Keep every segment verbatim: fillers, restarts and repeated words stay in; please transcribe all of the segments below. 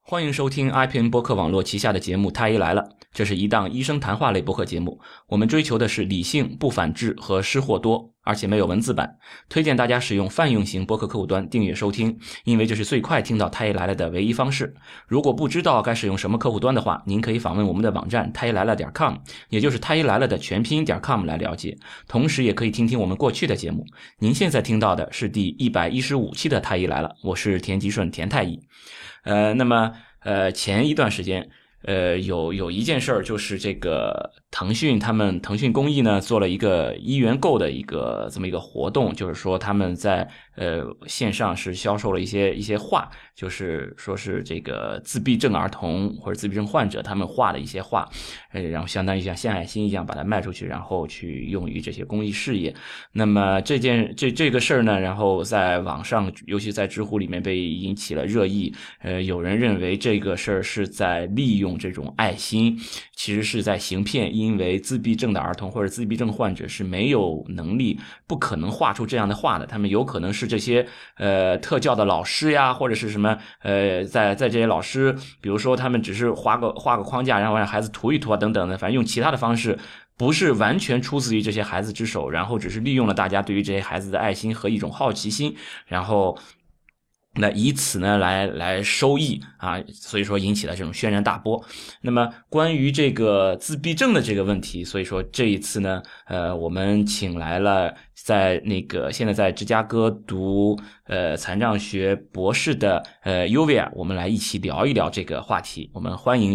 欢迎收听 I P N 播客网络旗下的节目《太医来了》，这是一档医生谈话类播客节目。我们追求的是理性、不反制和失货多，而且没有文字版。推荐大家使用泛用型播客客户端订阅收听，因为这是最快听到《太医来了》的唯一方式。如果不知道该使用什么客户端的话，您可以访问我们的网站太医来了 .com， 也就是太医来了的全拼 .com 来了解。同时也可以听听我们过去的节目。您现在听到的是第一百一十五期的《太医来了》，我是田吉顺田太医。呃，那么呃，前一段时间，呃，有有一件事儿，就是这个腾讯他们腾讯公益呢做了一个一元购的一个这么一个活动，就是说他们在呃线上是销售了一些一些画，就是说是这个自闭症儿童或者自闭症患者他们画的一些画，呃，然后相当于像献爱心一样把它卖出去，然后去用于这些公益事业。那么这件这这个事儿呢，然后在网上，尤其在知乎里面被引起了热议。呃，有人认为这个事儿是在利用这种爱心，其实是在行骗，因为自闭症的儿童或者自闭症患者是没有能力，不可能画出这样的画的，他们有可能是这些呃特教的老师呀，或者是什么呃，在在这些老师，比如说他们只是画个画个框架，然后让孩子涂一涂啊等等的，反正用其他的方式。不是完全出自于这些孩子之手，然后只是利用了大家对于这些孩子的爱心和一种好奇心，然后那以此呢来来收益啊，所以说引起了这种轩然大波。那么关于这个自闭症的这个问题，所以说这一次呢，呃，我们请来了在那个现在在芝加哥读呃残障学博士的呃 Uvia， 我们来一起聊一聊这个话题。我们欢迎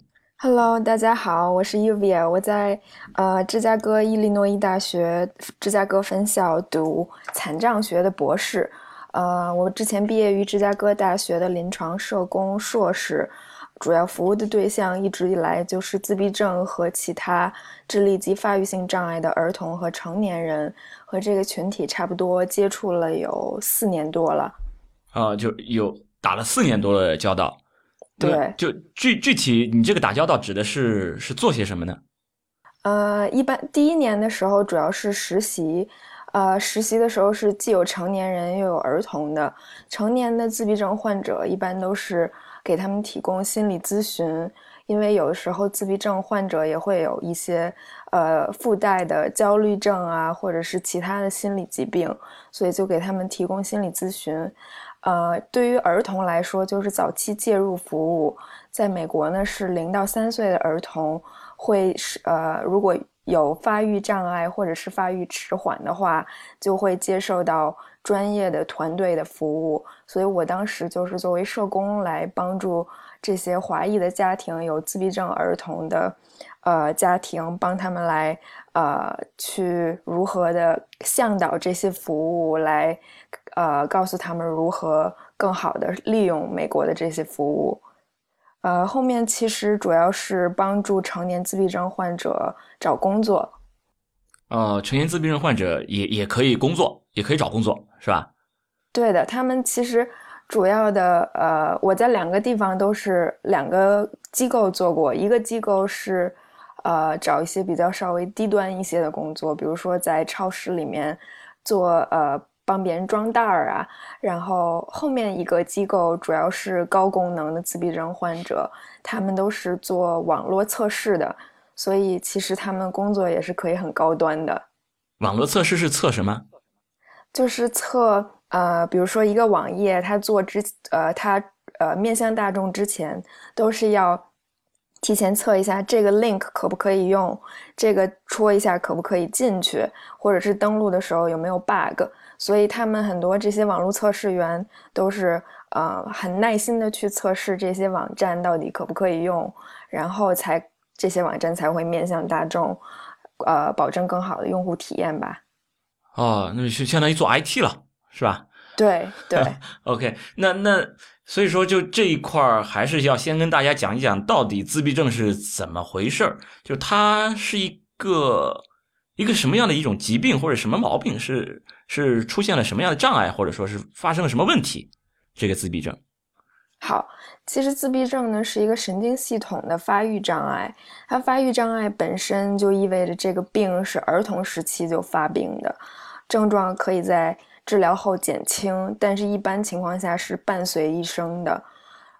Uvia。 Hello，大家好，我是 Uvia，我在呃芝加哥伊利诺伊大学芝加哥分校读残障学的博士。呃，我之前毕业于芝加哥大学的临床社工硕士，主要服务的对象一直以来就是自闭症和其他智力及发育性障碍的儿童和成年人，和这个群体差不多接触了有四年多了。 啊、呃，就有打了四年多的交道。 对， 就具具体你这个打交道指的是是做些什么呢？ 呃，一般第一年的时候主要是实习，呃，实习的时候是既有成年人又有儿童的。成年的自闭症患者一般都是给他们提供心理咨询，因为有的时候自闭症患者也会有一些呃附带的焦虑症啊，或者是其他的心理疾病，所以就给他们提供心理咨询。呃，对于儿童来说，就是早期介入服务，在美国呢是零到三岁的儿童会是呃，如果有发育障碍或者是发育迟缓的话，就会接受到专业的团队的服务。所以我当时就是作为社工来帮助这些华裔的家庭，有自闭症儿童的呃家庭，帮他们来呃去如何的向导这些服务来。呃，告诉他们如何更好的利用美国的这些服务。呃，后面其实主要是帮助成年自闭症患者找工作。 呃，成年自闭症患者也也可以工作，也可以找工作，是吧？ 对的，他们其实主要的，呃，我在两个地方都是两个机构做过，一个机构是，呃，找一些比较稍微低端一些的工作，比如说在超市里面做，呃。帮别人装袋儿啊，然后后面一个机构主要是高功能的自闭症患者，他们都是做网络测试的，所以其实他们工作也是可以很高端的。 网络测试是测什么？ 就是测呃，比如说一个网页，它做之呃，它呃面向大众之前，都是要提前测一下这个 link 可不可以用，这个戳一下可不可以进去，或者是登录的时候有没有 bug。所以他们很多这些网络测试员都是呃很耐心的去测试这些网站到底可不可以用，然后才这些网站才会面向大众，呃，保证更好的用户体验吧。 哦，那是相当于做 I T 了，是吧？ 对对。 OK，那那所以说就这一块还是要先跟大家讲一讲到底自闭症是怎么回事，就它是一个一个什么样的一种疾病或者什么毛病，是是出现了什么样的障碍，或者说是发生了什么问题，这个自闭症。 好，其实自闭症呢是一个神经系统的发育障碍，它发育障碍本身就意味着这个病是儿童时期就发病的，症状可以在治疗后减轻，但是一般情况下是伴随一生的。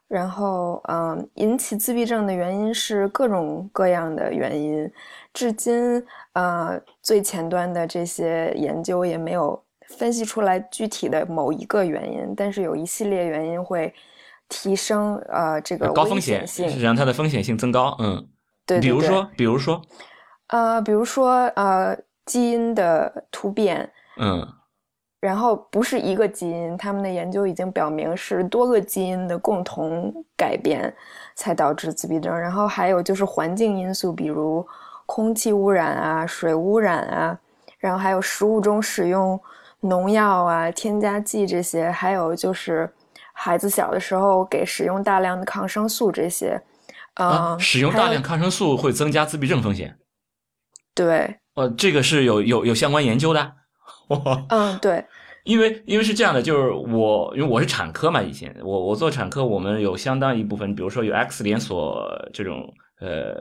然后，嗯，引起自闭症的原因是各种各样的原因，至今，呃，最前端的这些研究也没有分析出来具体的某一个原因，但是有一系列原因会提升呃这个高风危险险， 性， 让它的风险性增高。嗯， 对对对， 比如说，比如说， 呃，比如说呃基因的突变， 嗯。 然后不是一个基因，他们的研究已经表明是多个基因的共同改变才导致自闭症。然后还有就是环境因素，比如空气污染啊、水污染啊，然后还有食物中使用农药啊、添加剂这些，还有就是孩子小的时候给使用大量的抗生素这些。 啊， 嗯， 使用大量抗生素会增加自闭症风险。 对， 呃，这个是有有有相关研究的。 嗯，对， 因为因为是这样的，就是我因为我是产科嘛，以前我我做产科，我们有相当一部分，比如说有 X 连锁这种呃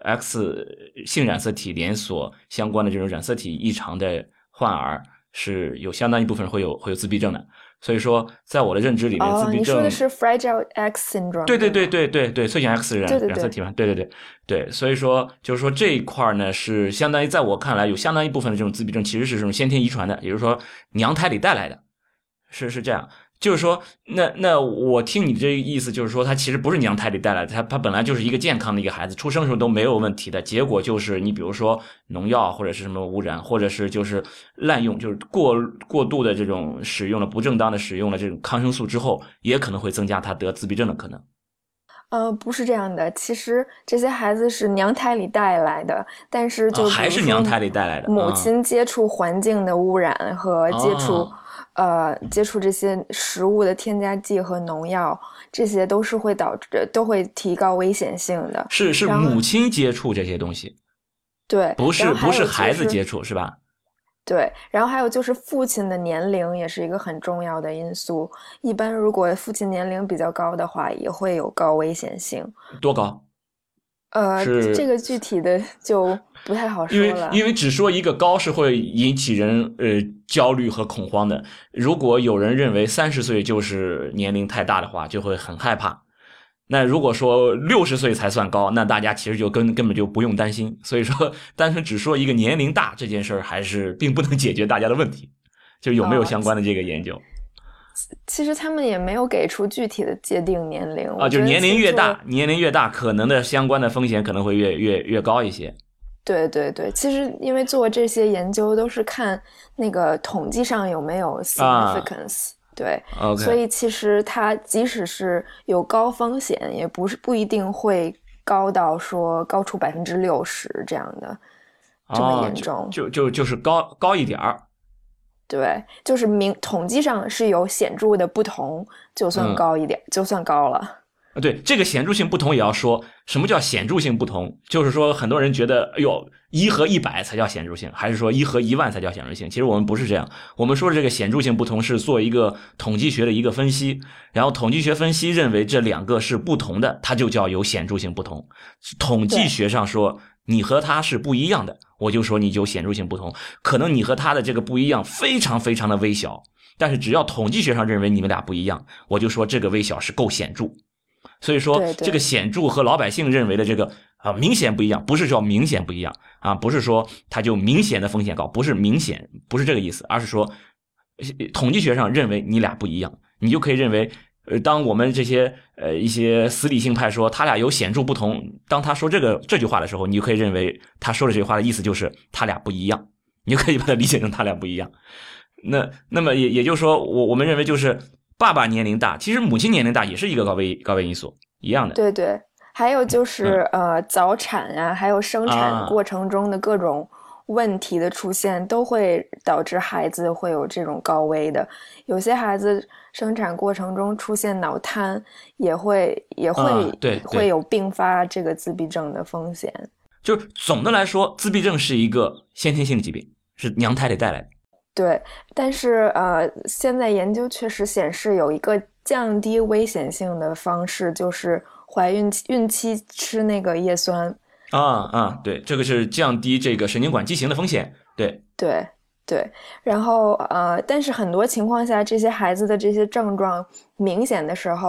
X 性染色体连锁相关的这种染色体异常的患儿，是有相当一部分会有会有自闭症的。所以说，在我的认知里面， 哦， 自闭症， 你说的是 Fragile X syndrome， 对对对对对对对，脆性 X 染对对染色体嘛，对对对对，所以说就是说这一块呢，是相当于在我看来，有相当一部分的这种自闭症其实是这种先天遗传的，也就是说娘胎里带来的，是是这样。就是说，那那我听你这个意思，就是说他其实不是娘胎里带来的，他他本来就是一个健康的一个孩子，出生的时候都没有问题的，结果就是你比如说农药或者是什么污染，或者是就是滥用，就是过过度的这种使用了不正当的使用了这种抗生素之后，也可能会增加他得自闭症的可能。 呃，不是这样的。其实这些孩子是娘胎里带来的，但是就、 哦、还是娘胎里带来的。 母亲接触环境的污染和接触、 哦、 呃接触这些食物的添加剂和农药，这些都是会导致都会提高危险性的。 是是母亲接触这些东西， 对， 不是、 就是、 不是孩子接触是吧？ 对，然后还有就是父亲的年龄也是一个很重要的因素。一般如果父亲年龄比较高的话，也会有高危险性。 多高？ 呃，这个具体的就不太好说了。 因为因为只说一个高是会引起人呃焦虑和恐慌的。如果有人认为三十岁就是年龄太大的话，就会很害怕。那如果说六十岁才算高，那大家其实就根根本就不用担心。所以说，单纯只说一个年龄大这件事儿，还是并不能解决大家的问题。就有没有相关的这个研究？哦、 其实他们也没有给出具体的界定年龄啊，就是年龄越大，年龄越大，可能的相关的风险可能会越越越高一些。 对对对，其实因为做这些研究都是看那个统计上有没有 significance。啊对， okay. 所以其实它即使是有高风险，也不是不一定会高到说高出百分之六十这样的这么严重， 哦、就就就是高高一点儿。 对，就是明统计上是有显著的不同，就算高一点，嗯、就算高了。 对，这个显著性不同也要说，什么叫显著性不同？就是说很多人觉得，哎呦，一和一百才叫显著性，还是说一和一万才叫显著性？其实我们不是这样，我们说的这个显著性不同是做一个统计学的一个分析，然后统计学分析认为这两个是不同的，它就叫有显著性不同。统计学上说你和他是不一样的，我就说你有显著性不同，可能你和他的这个不一样非常非常的微小，但是只要统计学上认为你们俩不一样，我就说这个微小是够显著。所以说这个显著和老百姓认为的这个啊明显不一样，不是说明显不一样啊，不是说它就明显的风险高，不是明显，不是这个意思，而是说统计学上认为你俩不一样，你就可以认为呃当我们这些呃一些死理性派说他俩有显著不同，当他说这个这句话的时候，你就可以认为他说的这句话的意思就是他俩不一样，你就可以把它理解成他俩不一样。那那么也也就是说我我们认为就是爸爸年龄大，其实母亲年龄大也是一个高危高危因素，一样的。 对对，还有就是、嗯、呃早产啊，还有生产过程中的各种问题的出现、啊、都会导致孩子会有这种高危的。有些孩子生产过程中出现脑瘫，也会也会、 啊、对对会有并发这个自闭症的风险。 就总的来说，自闭症是一个先天性的疾病，是娘胎里带来的。 对，但是呃，现在研究确实显示有一个降低危险性的方式，就是怀孕孕期吃那个叶酸。 啊啊，对，这个是降低这个神经管畸形的风险。对对对，然后呃，但是很多情况下，这些孩子的这些症状明显的时候，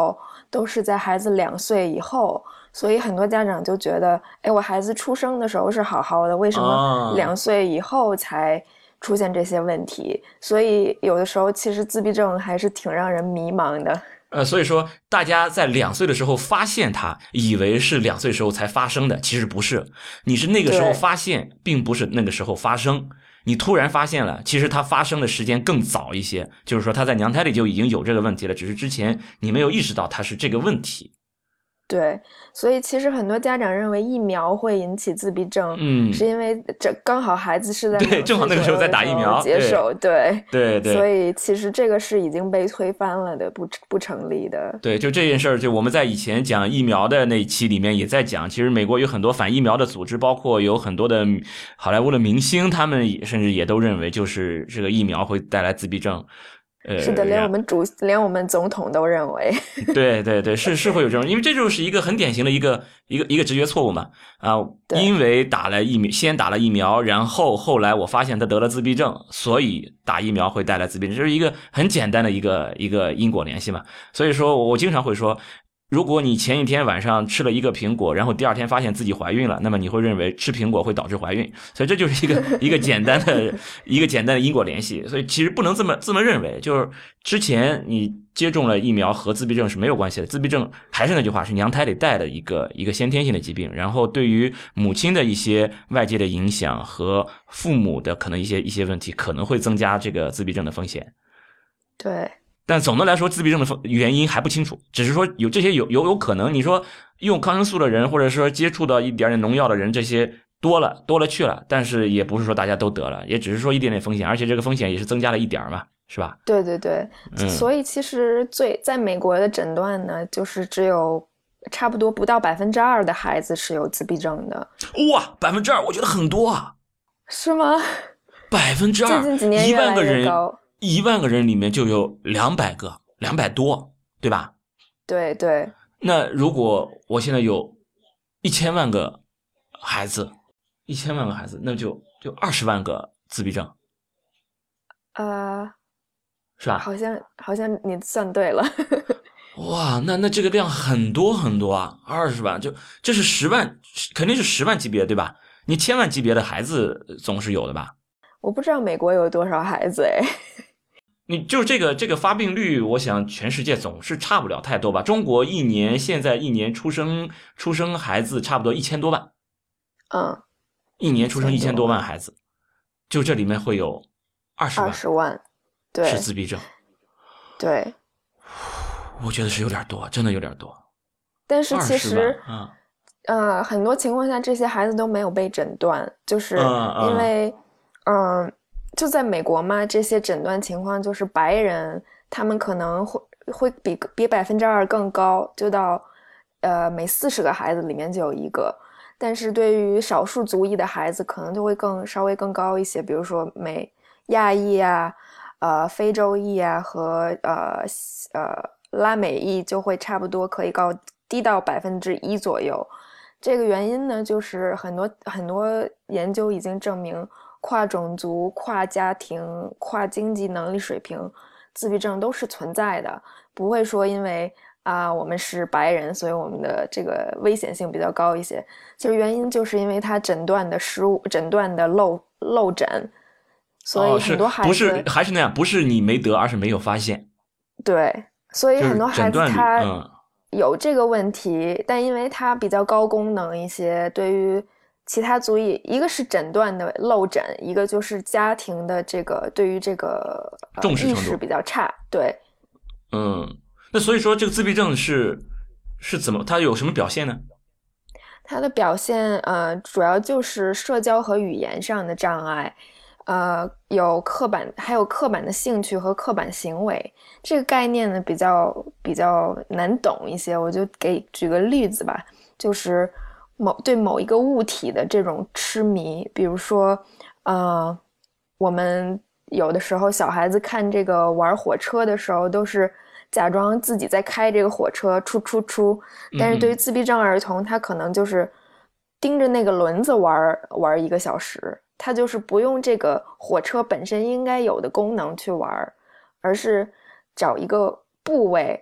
都是在孩子两岁以后，所以很多家长就觉得，哎，我孩子出生的时候是好好的，为什么两岁以后才出现这些问题？哦、所以有的时候其实自闭症还是挺让人迷茫的。 呃，所以说大家在两岁的时候发现它，以为是两岁时候才发生的，其实不是，你是那个时候发现，并不是那个时候发生。你突然发现了，其实它发生的时间更早一些，就是说它在娘胎里就已经有这个问题了，只是之前你没有意识到它是这个问题。 对，所以其实很多家长认为疫苗会引起自闭症， 嗯， 是因为这刚好孩子是在对，正好那个时候在打疫苗接受，对对 对, 对， 所以其实这个是已经被推翻了的，不不成立的。 对，就这件事儿，就我们在以前讲疫苗的那一期里面也在讲，其实美国有很多反疫苗的组织，包括有很多的好莱坞的明星，他们甚至也都认为就是这个疫苗会带来自闭症。呃， 是的，连我们主连我们总统都认为， 对对对，是是会有这种，因为这就是一个很典型的一个一个一个直觉错误嘛啊，因为打了疫苗，先打了疫苗，然后后来我发现他得了自闭症，所以打疫苗会带来自闭症，这是一个很简单的一个一个因果联系嘛。所以说我经常会说，如果你前一天晚上吃了一个苹果，然后第二天发现自己怀孕了，那么你会认为吃苹果会导致怀孕，所以这就是一个一个简单的一个简单的因果联系。所以其实不能这么这么认为，就是之前你接种了疫苗和自闭症是没有关系的，自闭症还是那句话，是娘胎里带的一个一个先天性的疾病，然后对于母亲的一些外界的影响和父母的可能一些一些问题，可能会增加这个自闭症的风险。 对。 但总的来说，自闭症的原因还不清楚，只是说有这些有有有可能，你说用抗生素的人，或者说接触到一点点农药的人，这些多了多了去了，但是也不是说大家都得了，也只是说一点点风险，而且这个风险也是增加了一点嘛，是吧？ 对对对，嗯、所以其实最在美国的诊断呢，就是只有差不多不到百分之二的孩子是有自闭症的。 哇，百分之二，我觉得很多啊。 是吗？ 百分之二， 最近几年越来越高。 一万个人里面就有两百个，两百多，对吧？ 对对。 那如果我现在有一千万个孩子，一千万个孩子，那就就二十万个自闭症， 呃， 是吧？ 好像好像你算对了。 哇，那那这个量很多很多啊，二十万就这是十万，肯定是十万级别，对吧？你千万级别的孩子总是有的吧？ 我不知道美国有多少孩子哎。 你就这个这个发病率，我想全世界总是差不了太多吧。中国一年现在一年出生出生孩子差不多一千多万， 嗯， 一年出生一千多万孩子，就这里面会有二十万， 二十万，对， 是自闭症， 对， 我觉得是有点多，真的有点多。 但是其实， 嗯， 呃，很多情况下这些孩子都没有被诊断，就是因为，嗯。嗯就在美国嘛，这些诊断情况就是白人他们可能会会比比百分之二更高，就到呃每四十个孩子里面就有一个。但是对于少数族裔的孩子，可能就会更稍微更高一些，比如说美亚裔啊、呃非洲裔啊和呃呃拉美裔就会差不多可以高低到百分之一左右。这个原因呢，就是很多很多研究已经证明。跨种族、跨家庭、跨经济能力水平，自闭症都是存在的，不会说因为啊、呃、我们是白人，所以我们的这个危险性比较高一些。其实原因就是因为他诊断的失误、诊断的漏漏诊，所以很多孩子、 哦、不是还是那样，不是你没得，而是没有发现。 对，所以很多孩子他有这个问题， 嗯、 但因为他比较高功能一些，对于其他族裔，一个是诊断的漏诊，一个就是家庭的这个对于这个、呃、 重视程度意识比较差。对， 嗯，那所以说这个自闭症是是怎么？它有什么表现呢？ 它的表现呃，主要就是社交和语言上的障碍，呃，有刻板，还有刻板的兴趣和刻板行为。这个概念呢比较比较难懂一些，我就给举个例子吧，就是某对某一个物体的这种痴迷，比如说，呃，我们有的时候小孩子看这个玩火车的时候，都是假装自己在开这个火车，出出出。但是对于自闭症儿童，他可能就是盯着那个轮子玩玩一个小时，他就是不用这个火车本身应该有的功能去玩，而是找一个部位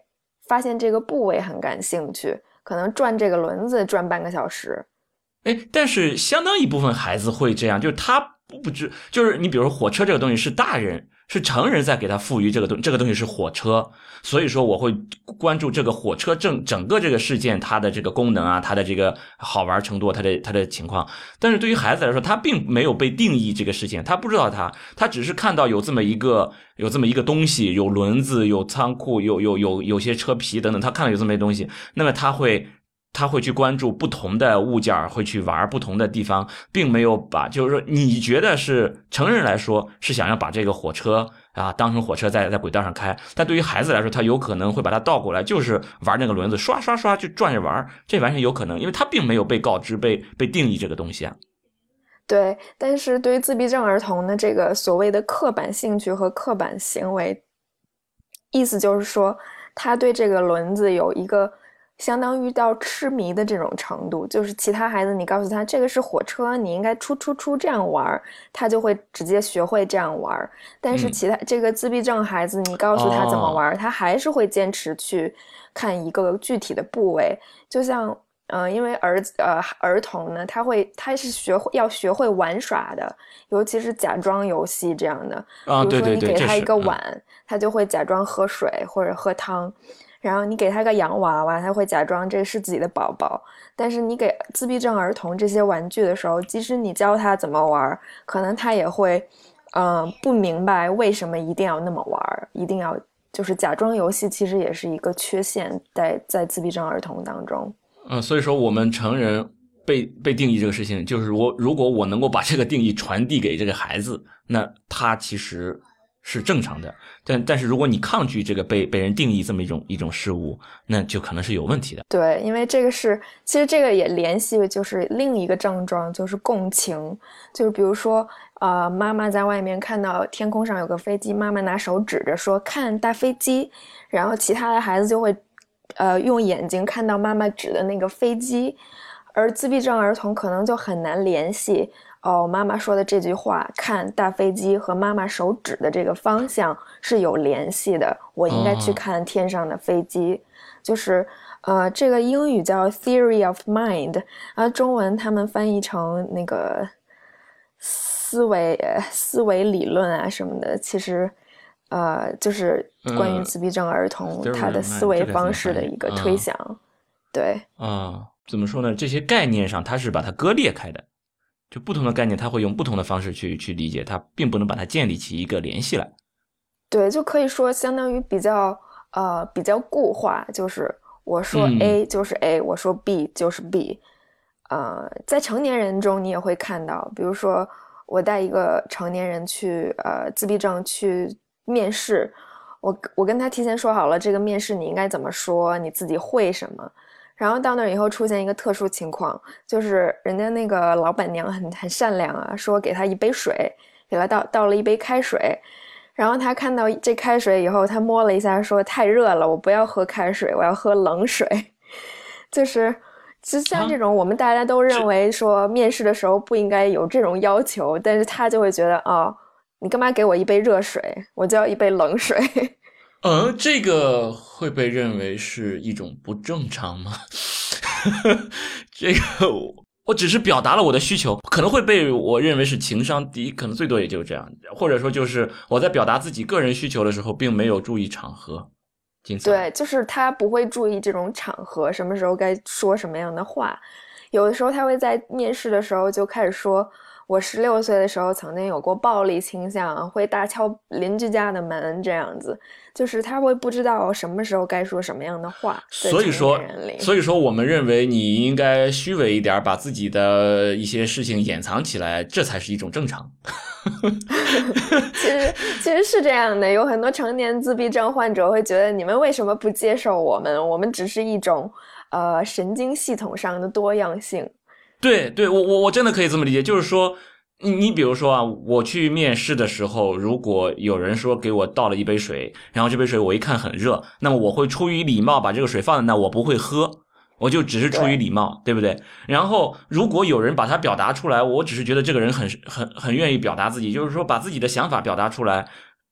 发现这个部位很感兴趣，可能转这个轮子转半个小时。 哎，但是相当一部分孩子会这样，就是他不不知，就是你比如说火车这个东西是大人是成人在给他赋予这个东这个东西是火车，所以说我会关注这个火车整整个这个事件它的这个功能啊，它的这个好玩程度，它的它的情况。但是对于孩子来说，他并没有被定义这个事情，他不知道他他只是看到有这么一个有这么一个东西，有轮子，有仓库，有有有有些车皮等等，他看到有这么一个东西，那么他会。他会去关注不同的物件，会去玩不同的地方，并没有把，就是说，你觉得是成人来说是想要把这个火车啊当成火车在在轨道上开，但对于孩子来说，他有可能会把它倒过来，就是玩那个轮子，刷刷刷就转着玩，这完全有可能，因为他并没有被告知、被被定义这个东西啊。 对，但是对于自闭症儿童的这个所谓的刻板兴趣和刻板行为，意思就是说，他对这个轮子有一个。相当于到痴迷的这种程度，就是其他孩子你告诉他这个是火车，你应该出出出这样玩，他就会直接学会这样玩。但是其他、嗯、这个自闭症孩子你告诉他怎么玩、哦、他还是会坚持去看一个具体的部位。就像呃，因为儿呃儿童呢，他会他是学会要学会玩耍的，尤其是假装游戏这样的。 啊，对对对， 比如说你给他一个碗、 嗯、 他就会假装喝水或者喝汤。然后你给他个洋娃娃，他会假装这是自己的宝宝。但是你给自闭症儿童这些玩具的时候，即使你教他怎么玩，可能他也会嗯、呃，不明白为什么一定要那么玩，一定要就是假装游戏其实也是一个缺陷在在自闭症儿童当中。 嗯，所以说我们成人被被定义这个事情，就是我如果我能够把这个定义传递给这个孩子，那他其实是正常的。但但是如果你抗拒这个被被人定义这么一种一种事物，那就可能是有问题的。 对，因为这个是其实这个也联系就是另一个症状，就是共情。就是比如说呃，妈妈在外面看到天空上有个飞机，妈妈拿手指着说看大飞机，然后其他的孩子就会呃用眼睛看到妈妈指的那个飞机。而自闭症儿童可能就很难联系哦，妈妈说的这句话看大飞机和妈妈手指的这个方向是有联系的，我应该去看天上的飞机、哦、就是呃，这个英语叫 theory of mind 啊，中文他们翻译成那个思维思维理论啊什么的，其实呃就是关于自闭症儿童、嗯、他的思维方式的一个推想、嗯、对啊、哦，怎么说呢，这些概念上它是把它割裂开的，就不同的概念它会用不同的方式去去理解，它并不能把它建立起一个联系来。 对，就可以说相当于比较呃比较固化，就是我说 A 就是 A、嗯、我说 B 就是 B。 呃，在成年人中你也会看到，比如说我带一个成年人去呃自闭症去面试，我我跟他提前说好了这个面试你应该怎么说，你自己会什么，然后到那儿以后出现一个特殊情况，就是人家那个老板娘很很善良啊，说给他一杯水，给他倒倒了一杯开水，然后他看到这开水以后，他摸了一下说太热了，我不要喝开水，我要喝冷水。就是其实像这种、啊、我们大家都认为说面试的时候不应该有这种要求，但是他就会觉得哦，你干嘛给我一杯热水，我就要一杯冷水。 嗯，这个会被认为是一种不正常吗？这个我只是表达了我的需求，可能会被我认为是情商低，可能最多也就这样，或者说就是我在表达自己个人需求的时候并没有注意场合。 对，就是他不会注意这种场合，什么时候该说什么样的话。有的时候他会在面试的时候就开始说，我十六岁的时候曾经有过暴力倾向，会大敲邻居家的门，这样子，就是他会不知道什么时候该说什么样的话。 所以说所以说我们认为你应该虚伪一点，把自己的一些事情掩藏起来，这才是一种正常。 其实其实是这样的，有很多成年自闭症患者会觉得你们为什么不接受我们，我们只是一种呃神经系统上的多样性。 对对，我我我真的可以这么理解，就是说你你比如说啊，我去面试的时候，如果有人说给我倒了一杯水，然后这杯水我一看很热，那么我会出于礼貌把这个水放在那，我不会喝，我就只是出于礼貌， 对, 对不对？然后如果有人把它表达出来，我只是觉得这个人很很很愿意表达自己，就是说把自己的想法表达出来，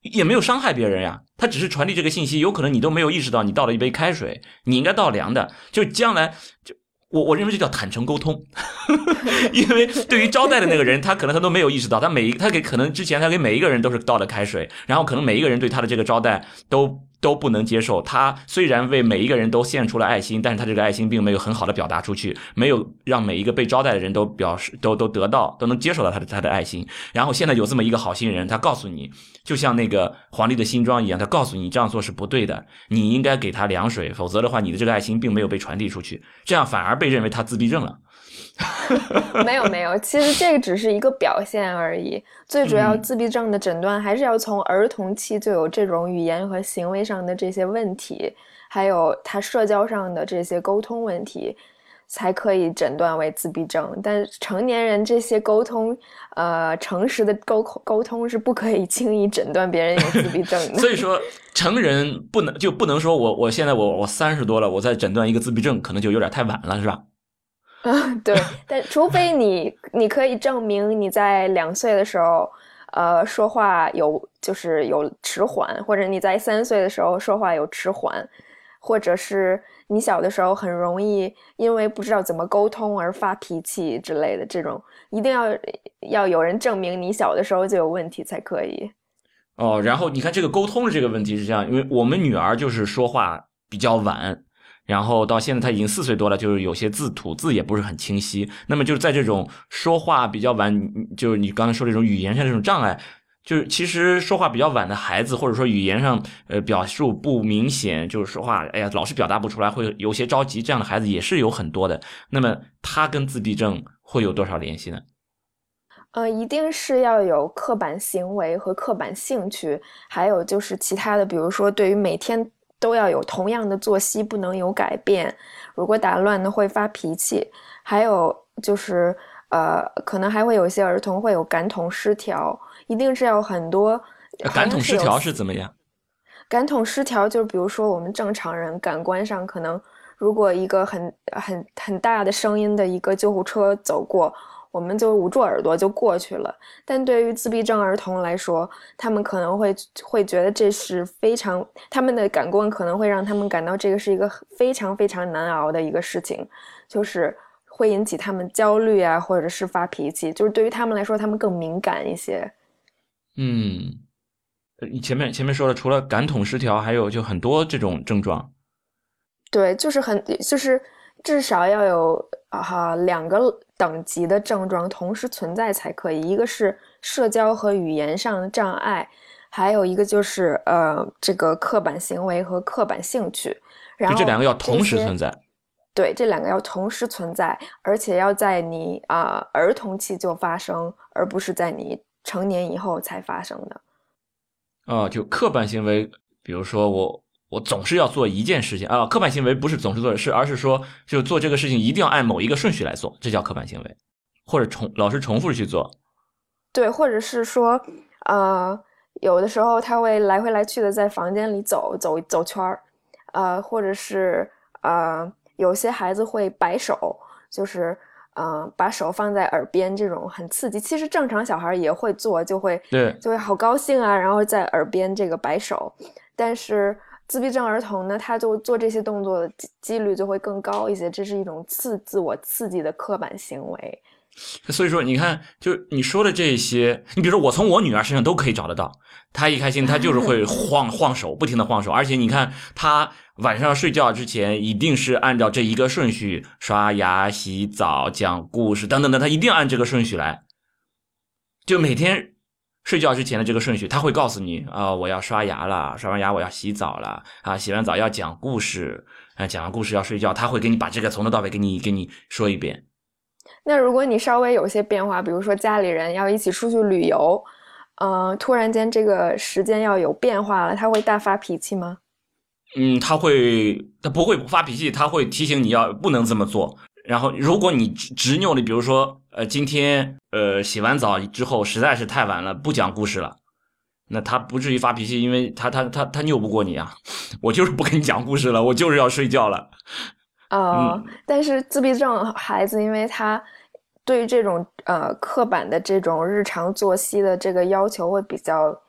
也没有伤害别人呀，他只是传递这个信息，有可能你都没有意识到你倒了一杯开水，你应该倒凉的，就将来就我我认为这叫坦诚沟通。因为对于招待的那个人，他可能他都没有意识到，他每他给可能之前他给每一个人都是倒了开水，然后可能每一个人对他的这个招待都都不能接受，他虽然为每一个人都献出了爱心，但是他这个爱心并没有很好的表达出去，没有让每一个被招待的人都表示都都得到都能接受到他的他的爱心。然后现在有这么一个好心人，他告诉你，就像那个皇帝的新装一样，他告诉你这样做是不对的，你应该给他凉水，否则的话你的这个爱心并没有被传递出去，这样反而被认为他自闭症了。 没有没有，其实这个只是一个表现而已。最主要自闭症的诊断还是要从儿童期就有这种语言和行为上的这些问题，还有他社交上的这些沟通问题，才可以诊断为自闭症。但成年人这些沟通，呃，诚实的沟沟通是不可以轻易诊断别人有自闭症的。 所以说，成人不能就不能说我我现在我我三十多了，我再诊断一个自闭症，可能就有点太晚了，是吧？ 嗯，对，但除非你你可以证明你在两岁的时候，呃，说话有就是有迟缓，或者你在三岁的时候说话有迟缓，或者是你小的时候很容易因为不知道怎么沟通而发脾气之类的，这种一定要要有人证明你小的时候就有问题才可以。 哦，然后你看这个沟通的这个问题是这样，因为我们女儿就是说话比较晚。然后到现在他已经四岁多了，就是有些字吐字也不是很清晰。那么就是在这种说话比较晚，就是你刚才说这种语言上这种障碍，就是其实说话比较晚的孩子，或者说语言上呃表述不明显，就是说话哎呀老是表达不出来，会有些着急，这样的孩子也是有很多的。那么他跟自闭症会有多少联系呢？ 呃，一定是要有刻板行为和刻板兴趣，还有就是其他的，比如说对于每天都要有同样的作息，不能有改变。如果打乱呢，会发脾气。还有就是，呃，可能还会有些儿童会有感统失调，一定是要很多。 感统失调是怎么样？ 感统失调就是，比如说我们正常人感官上可能，如果一个很很很大的声音的一个救护车走过，我们就捂住耳朵就过去了。但对于自闭症儿童来说，他们可能会会觉得这是非常，他们的感官可能会让他们感到这个是一个非常非常难熬的一个事情，就是会引起他们焦虑啊，或者是发脾气，就是对于他们来说，他们更敏感一些。 嗯，你前面前面说了，除了感统失调，还有就很多这种症状。 对，就是很就是至少要有啊两个等级的症状同时存在才可以，一个是社交和语言上的障碍，还有一个就是呃这个刻板行为和刻板兴趣，然后就这两个要同时存在。 对，这两个要同时存在，而且要在你啊、呃、儿童期就发生，而不是在你成年以后才发生的。 哦，就刻板行为，比如说我我总是要做一件事情啊，刻板行为不是总是做的事，而是说就做这个事情一定要按某一个顺序来做，这叫刻板行为，或者重老是重复去做。 对，或者是说，呃，有的时候他会来回来去的在房间里走走走圈儿，呃，或者是呃，有些孩子会摆手，就是呃，把手放在耳边，这种很刺激。其实正常小孩也会做，就会对， 就会好高兴啊，然后在耳边这个摆手。但是自闭症儿童呢，他就做这些动作的几率就会更高一些，这是一种刺自我刺激的刻板行为。 所以说你看，就你说的这些，你比如说我从我女儿身上都可以找得到，她一开心她就是会晃晃手，不停的晃手，而且你看她晚上睡觉之前一定是按照这一个顺序，刷牙、洗澡、讲故事等等的，她一定按这个顺序来，就每天睡觉之前的这个顺序，她会告诉你啊、呃，我要刷牙了，刷完牙我要洗澡了啊，洗完澡要讲故事啊，讲完故事要睡觉，她会给你把这个从头到尾给你给你说一遍。 那如果你稍微有些变化，比如说家里人要一起出去旅游，嗯、呃，突然间这个时间要有变化了，他会大发脾气吗？ 嗯，他会，他不会发脾气，他会提醒你要不能这么做。然后，如果你执拗的，比如说，呃，今天呃洗完澡之后实在是太晚了，不讲故事了，那他不至于发脾气，因为他他他他拗不过你啊，我就是不跟你讲故事了，我就是要睡觉了。 呃、 嗯， 但是自闭症孩子，因为他对于这种呃刻板的这种日常作息的这个要求会比较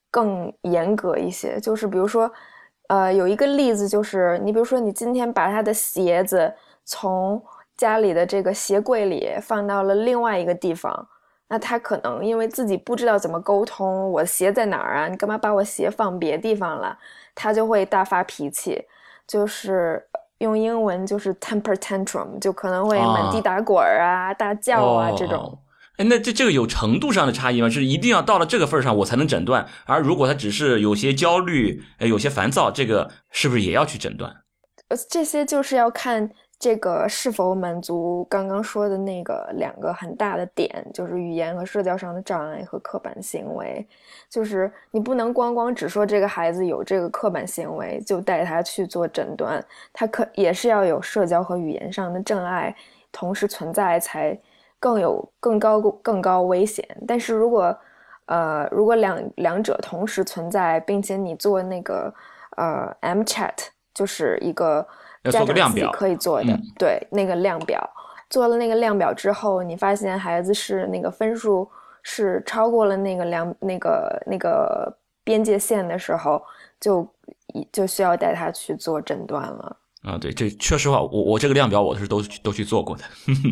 更严格一些。就是比如说，呃，有一个例子就是，你比如说你今天把他的鞋子从家里的这个鞋柜里放到了另外一个地方，那他可能因为自己不知道怎么沟通，我鞋在哪儿啊？你干嘛把我鞋放别地方了？他就会大发脾气，就是用英文就是 temper tantrum， 就可能会满地打滚啊、大叫啊、 哦、 这种。 哎，那这这个有程度上的差异吗？是一定要到了这个份上我才能诊断？而如果他只是有些焦虑、有些烦躁，这个是不是也要去诊断？ 呃，这些就是要看这个是否满足刚刚说的那个两个很大的点，就是语言和社交上的障碍和刻板行为。就是你不能光光只说这个孩子有这个刻板行为就带他去做诊断，他可也是要有社交和语言上的障碍同时存在才更有更高更高危险。但是如果呃如果两两者同时存在，并且你做那个呃 M Chat， 就是一个家长自己可以做的， 嗯、 对，那个量表，做了那个量表之后，你发现孩子是那个分数是超过了那个量那个那个边界线的时候，就就需要带他去做诊断了。 啊，对，这确实话，我我这个量表我是都都去做过的，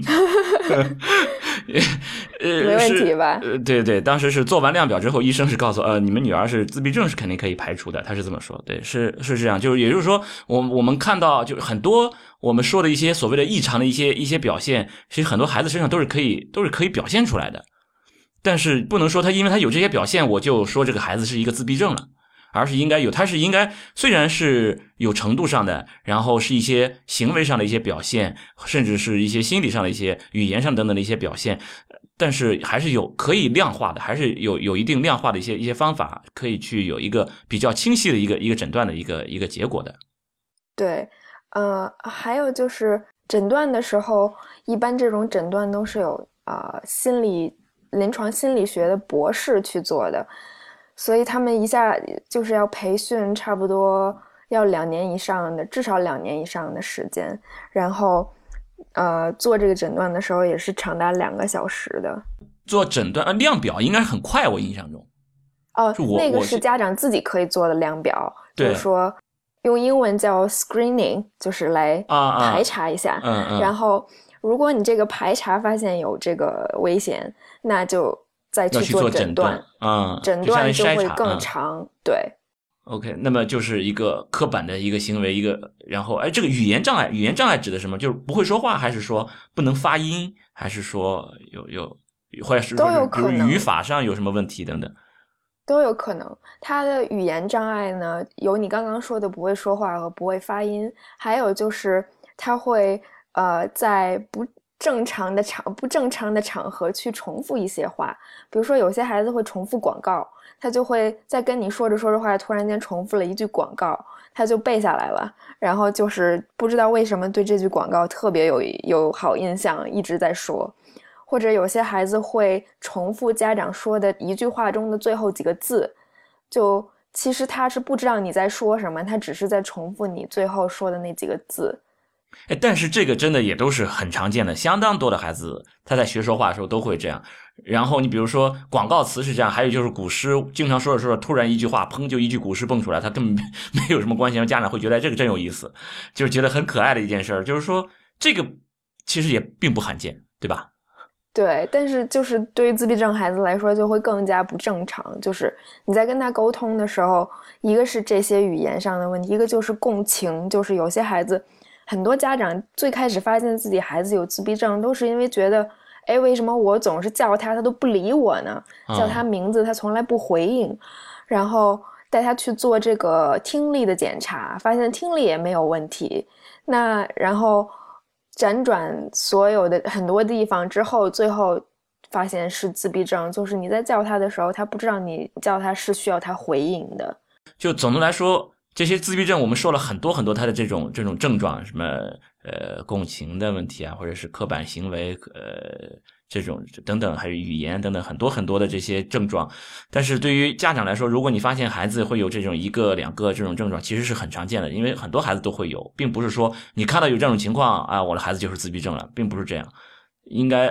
呃，没问题吧？ 呃，对对，当时是做完量表之后，医生是告诉呃，你们女儿是自闭症，是肯定可以排除的，他是这么说，对，是是这样，就是也就是说，我我们看到就很多我们说的一些所谓的异常的一些一些表现，其实很多孩子身上都是可以都是可以表现出来的，但是不能说他因为他有这些表现，我就说这个孩子是一个自闭症了。而是应该有，它是应该虽然是有程度上的，然后是一些行为上的一些表现，甚至是一些心理上的一些语言上等等的一些表现，但是还是有可以量化的，还是有有一定量化的一些一些方法，可以去有一个比较清晰的一个一个诊断的一个一个结果的。 对，呃，还有就是诊断的时候，一般这种诊断都是有啊、呃、心理临床心理学的博士去做的。所以他们一下就是要培训差不多要两年以上的，至少两年以上的时间，然后呃做这个诊断的时候也是长达两个小时的。 做诊断啊，量表应该很快，我印象中。 哦，那个是家长自己可以做的量表，就是说用英文叫 screening， 就是来排查一下。 啊啊嗯嗯。 然后如果你这个排查发现有这个危险，那就再去做诊断啊、嗯， 诊断就会更长、嗯、对 OK， 那么就是一个刻板的一个行为，一个然后哎，这个语言障碍，语言障碍指的什么？就是不会说话，还是说不能发音，还是说有有或者是都有可能语法上有什么问题等等？ 都有可能。他的语言障碍呢，有你刚刚说的不会说话和不会发音，还有就是他会呃在不正常的场不正常的场合去重复一些话，比如说有些孩子会重复广告，他就会在跟你说着说着话突然间重复了一句广告，他就背下来了，然后就是不知道为什么对这句广告特别有有好印象，一直在说。或者有些孩子会重复家长说的一句话中的最后几个字，就其实他是不知道你在说什么，他只是在重复你最后说的那几个字。 哎，但是这个真的也都是很常见的，相当多的孩子他在学说话的时候都会这样。然后你比如说广告词是这样，还有就是古诗经常说着说着突然一句话砰就一句古诗蹦出来，他根本没有什么关系，家长会觉得这个真有意思，就是觉得很可爱的一件事，就是说这个其实也并不罕见，对吧？ 对，但是就是对于自闭症孩子来说就会更加不正常，就是你在跟他沟通的时候，一个是这些语言上的问题，一个就是共情，就是有些孩子很多家长最开始发现自己孩子有自闭症都是因为觉得哎，为什么我总是叫他他都不理我呢？叫他名字他从来不回应、嗯、然后带他去做这个听力的检查，发现听力也没有问题，那然后辗转所有的很多地方之后，最后发现是自闭症，就是你在叫他的时候他不知道你叫他是需要他回应的。 就总的来说这些自闭症我们说了很多很多他的这种这种症状，什么呃共情的问题啊，或者是刻板行为呃这种等等，还有语言等等很多很多的这些症状。但是对于家长来说，如果你发现孩子会有这种一个两个这种症状，其实是很常见的，因为很多孩子都会有，并不是说你看到有这种情况啊，我的孩子就是自闭症了，并不是这样。应该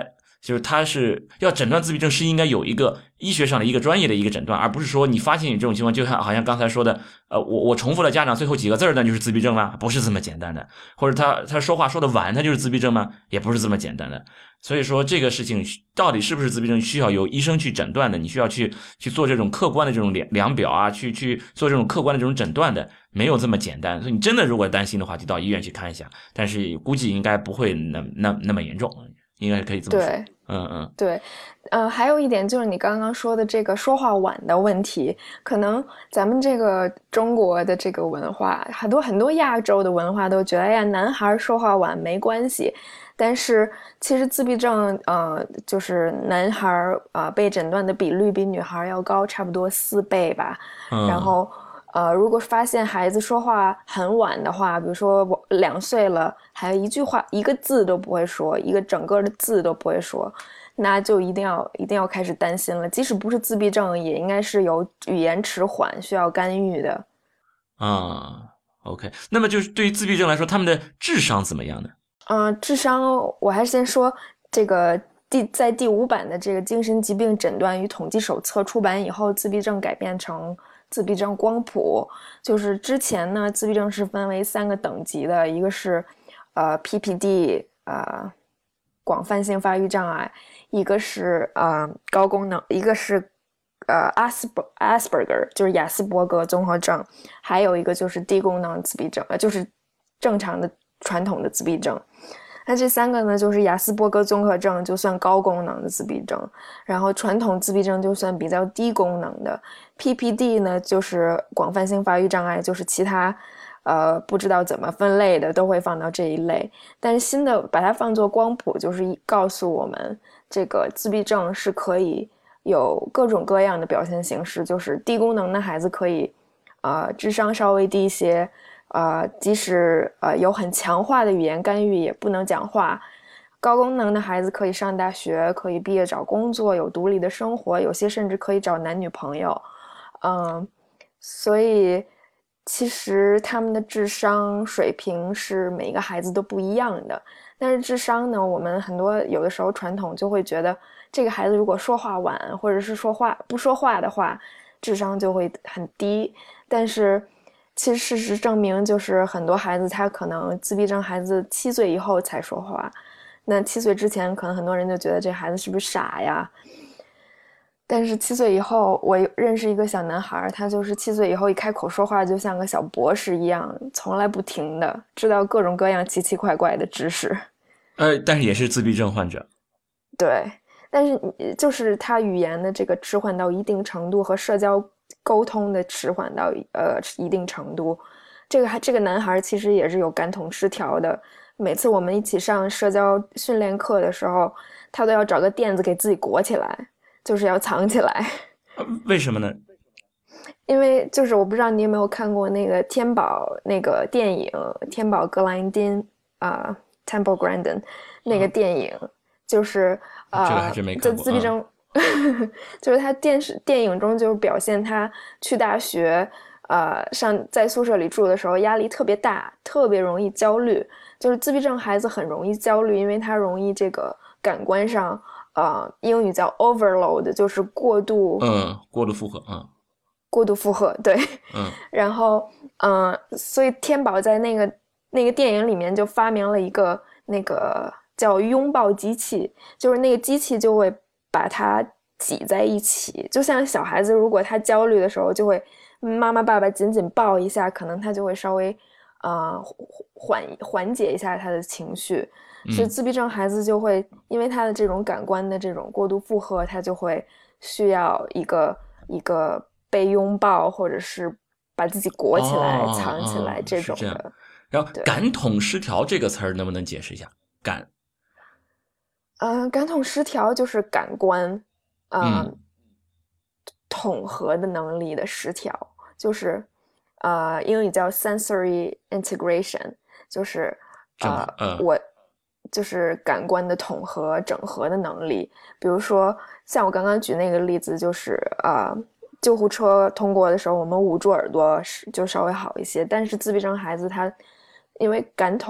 就是他是要诊断自闭症是应该有一个医学上的一个专业的一个诊断，而不是说你发现你这种情况，就像好像刚才说的，呃，我我重复了家长最后几个字，那就是自闭症吗？不是这么简单的。或者他他说话说的晚，他就是自闭症吗？也不是这么简单的。所以说这个事情到底是不是自闭症，需要由医生去诊断的，你需要去去做这种客观的这种量量表啊，去去做这种客观的这种诊断的，没有这么简单。所以你真的如果担心的话，就到医院去看一下，但是估计应该不会那那那么严重，应该是可以这么说。 对， 嗯嗯， 对，呃，还有一点就是你刚刚说的这个说话晚的问题，可能咱们这个中国的这个文化，很多很多亚洲的文化都觉得，哎呀，男孩说话晚没关系。但是其实自闭症，呃，就是男孩呃被诊断的比率比女孩要高，差不多四倍吧。 嗯然后，呃，如果发现孩子说话很晚的话，比如说两岁了，还一句话一个字都不会说，一个整个的字都不会说，那就一定要一定要开始担心了。即使不是自闭症，也应该是有语言迟缓需要干预的。 啊 ，OK， 那么就是对于自闭症来说，他们的智商怎么样呢？ 嗯、呃，智商我还是先说这个第在第五版的这个精神疾病诊断与统计手册出版以后，自闭症改变成自闭症光谱。就是之前呢，自闭症是分为三个等级的，一个是呃 P P D 呃广泛性发育障碍，一个是呃高功能，一个是呃 Asper Asperger 就是雅斯伯格综合症，还有一个就是低功能自闭症，呃就是正常的传统的自闭症。那这三个呢，就是雅斯伯格综合症就算高功能的自闭症，然后传统自闭症就算比较低功能的。P P D 呢，就是广泛性发育障碍，就是其他呃不知道怎么分类的都会放到这一类。但是新的把它放作光谱，就是告诉我们这个自闭症是可以有各种各样的表现形式，就是低功能的孩子可以呃智商稍微低一些，呃，即使呃有很强化的语言干预，也不能讲话。高功能的孩子可以上大学，可以毕业找工作，有独立的生活，有些甚至可以找男女朋友。嗯，所以其实他们的智商水平是每个孩子都不一样的。但是智商呢，我们很多有的时候传统就会觉得，这个孩子如果说话晚，或者是说话不说话的话，智商就会很低。但是其实事实证明，就是很多孩子他可能自闭症孩子七岁以后才说话，那七岁之前可能很多人就觉得这孩子是不是傻呀？但是七岁以后，我认识一个小男孩，他就是七岁以后一开口说话就像个小博士一样，从来不停的知道各种各样奇奇怪怪的知识。 呃，但是也是自闭症患者。 对，但是就是他语言的这个迟缓到一定程度和社交沟通的迟缓到呃一定程度，这个还这个男孩其实也是有感统失调的。每次我们一起上社交训练课的时候，他都要找个垫子给自己裹起来，就是要藏起来。 呃为什么呢？ 因为就是我不知道你有没有看过那个天宝那个电影《天宝格兰丁》啊，《Temple Grandin》那个电影，就是啊， 这个还真没在看过。 自闭症， 嗯、 就是他电视电影中就是表现他去大学，呃，上在宿舍里住的时候压力特别大，特别容易焦虑。就是自闭症孩子很容易焦虑，因为他容易这个感官上，呃，英语叫 overload，就是过度， 嗯，过度负荷，嗯， 过度负荷，对， 嗯， 然后，嗯、呃，所以天宝在那个那个电影里面就发明了一个那个叫拥抱机器，就是那个机器就会把它挤在一起，就像小孩子如果他焦虑的时候，就会妈妈爸爸紧紧抱一下，可能他就会稍微呃缓缓解一下他的情绪。所以自闭症孩子就会因为他的这种感官的这种过度负荷，他就会需要一个一个被拥抱，或者是把自己裹起来、 哦、 藏起来、 哦、 这种这的。 然后感统失调这个词儿能不能解释一下？感， 呃，感统失调就是感官，呃、 嗯， 统合的能力的失调，就是呃，英语叫 sensory integration，就是呃， 嗯、 我就是感官的统合、整合的能力。比如说，像我刚刚举那个例子，就是呃，救护车通过的时候，我们捂住耳朵就稍微好一些。但是自闭症孩子他因为感统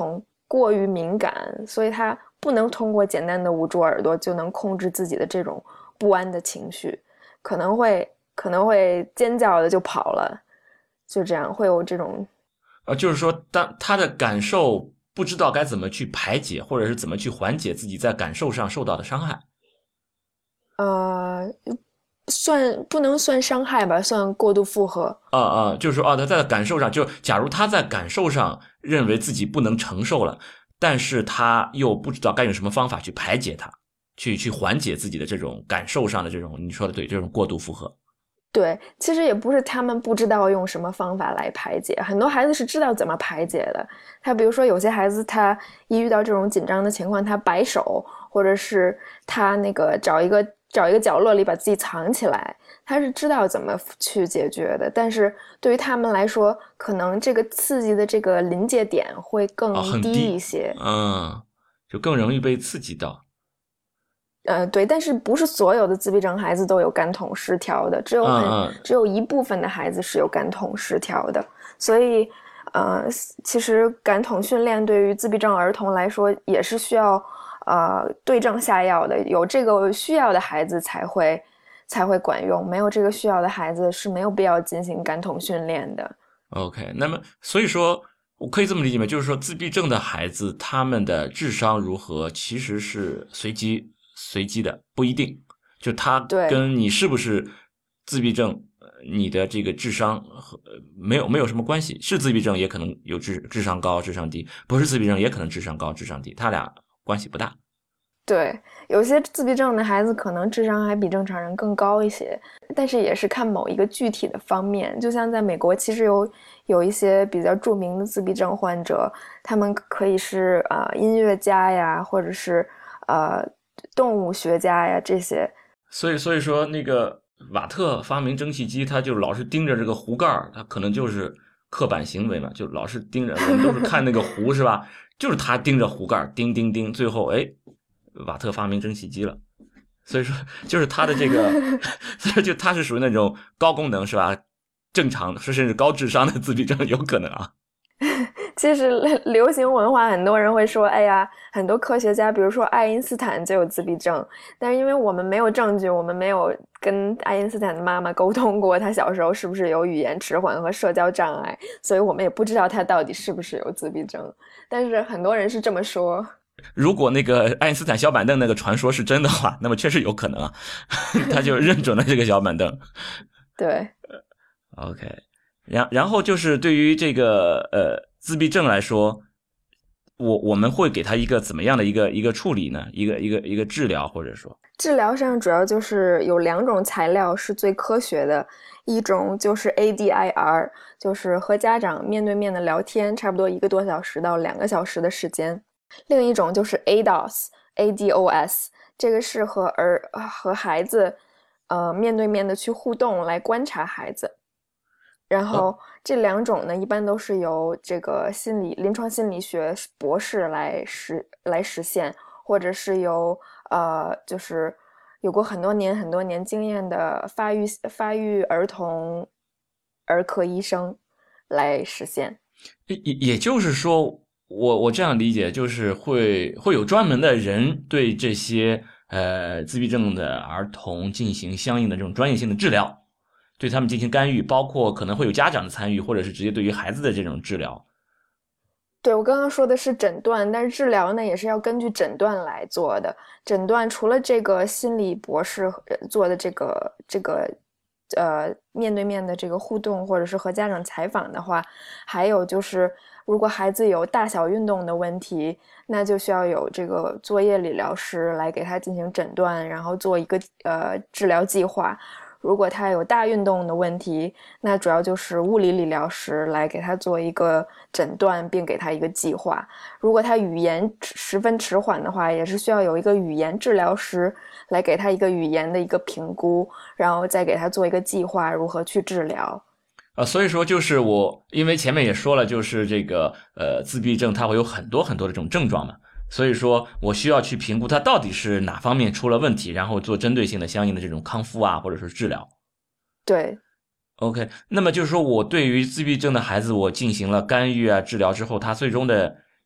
过于敏感，所以他不能通过简单的捂住耳朵就能控制自己的这种不安的情绪，可能会可能会尖叫的就跑了，就这样会有这种呃，就是说当他的感受不知道该怎么去排解，或者是怎么去缓解自己在感受上受到的伤害。 呃，算不能算伤害吧，算过度负荷。 啊啊，就是说啊，他在感受上，就假如他在感受上认为自己不能承受了，但是他又不知道该用什么方法去排解它，去去缓解自己的这种感受上的这种，你说的对，这种过度负荷。 对，其实也不是他们不知道用什么方法来排解，很多孩子是知道怎么排解的。他比如说有些孩子，他一遇到这种紧张的情况，他摆手，或者是他那个找一个找一个角落里把自己藏起来，他是知道怎么去解决的。但是对于他们来说，可能这个刺激的这个临界点会更低一些， 哦，嗯，就更容易被刺激到。 呃，对，但是不是所有的自闭症孩子都有感统失调的，只有很、 嗯嗯只有一部分的孩子是有感统失调的，所以，呃，其实感统训练对于自闭症儿童来说也是需要，呃，对症下药的，有这个需要的孩子才会才会管用，没有这个需要的孩子是没有必要进行感统训练的。 OK， 那么所以说我可以这么理解吗？就是说自闭症的孩子他们的智商如何其实是随机随机的，不一定，就他跟你是不是自闭症你的这个智商和没有没有什么关系，是自闭症也可能有智智商高智商低，不是自闭症也可能智商高智商低，他俩关系不大。 对，有些自闭症的孩子可能智商还比正常人更高一些，但是也是看某一个具体的方面。就像在美国，其实有有一些比较著名的自闭症患者，他们可以是呃音乐家呀，或者是呃动物学家呀这些。 所以所以说那个瓦特发明蒸汽机，他就老是盯着这个壶盖，他可能就是刻板行为嘛，就老是盯着，我们都是看那个壶是吧？就是他盯着壶盖，叮叮叮，最后哎。瓦特发明蒸汽机了，所以说就是他的这个，所以就他是属于那种高功能是吧？正常甚至高智商的自闭症有可能啊。 其实流行文化很多人会说，哎呀，很多科学家，比如说爱因斯坦就有自闭症，但是因为我们没有证据，我们没有跟爱因斯坦的妈妈沟通过他小时候是不是有语言迟缓和社交障碍，所以我们也不知道他到底是不是有自闭症。但是很多人是这么说。 如果那个爱因斯坦小板凳那个传说是真的话，那么确实有可能啊，他就认准了这个小板凳。 对 ，OK， 然然后就是对于这个呃自闭症来说，我我们会给他一个怎么样的一个一个处理呢？一个一个一个治疗，或者说治疗上主要就是有两种材料是最科学的，一种就是 A D I R， 就是和家长面对面的聊天，差不多一个多小时到两个小时的时间。另一种就是 A D O S，A D O S， 这个是和儿和孩子，呃，面对面的去互动来观察孩子。然后这两种呢，一般都是由这个心理临床心理学博士来实来实现，或者是由呃，就是有过很多年很多年经验的发育发育儿童儿科医生来实现。 也也就是说。我我这样理解，就是会会有专门的人对这些呃自闭症的儿童进行相应的这种专业性的治疗，对他们进行干预，包括可能会有家长的参与，或者是直接对于孩子的这种治疗。 对，我刚刚说的是诊断，但是治疗呢也是要根据诊断来做的。诊断除了这个心理博士做的这个这个呃面对面的这个互动，或者是和家长采访的话，还有就是如果孩子有大小运动的问题，那就需要有这个作业理疗师来给他进行诊断，然后做一个呃治疗计划。如果他有大运动的问题，那主要就是物理理疗师来给他做一个诊断，并给他一个计划。如果他语言十分迟缓的话，也是需要有一个语言治疗师来给他一个语言的一个评估，然后再给他做一个计划，如何去治疗。 呃，所以说就是我，因为前面也说了，就是这个呃自闭症它会有很多很多的这种症状嘛，所以说我需要去评估它到底是哪方面出了问题，然后做针对性的相应的这种康复啊，或者是治疗。 对 OK， 那么就是说我对于自闭症的孩子，我进行了干预啊治疗之后，他最终的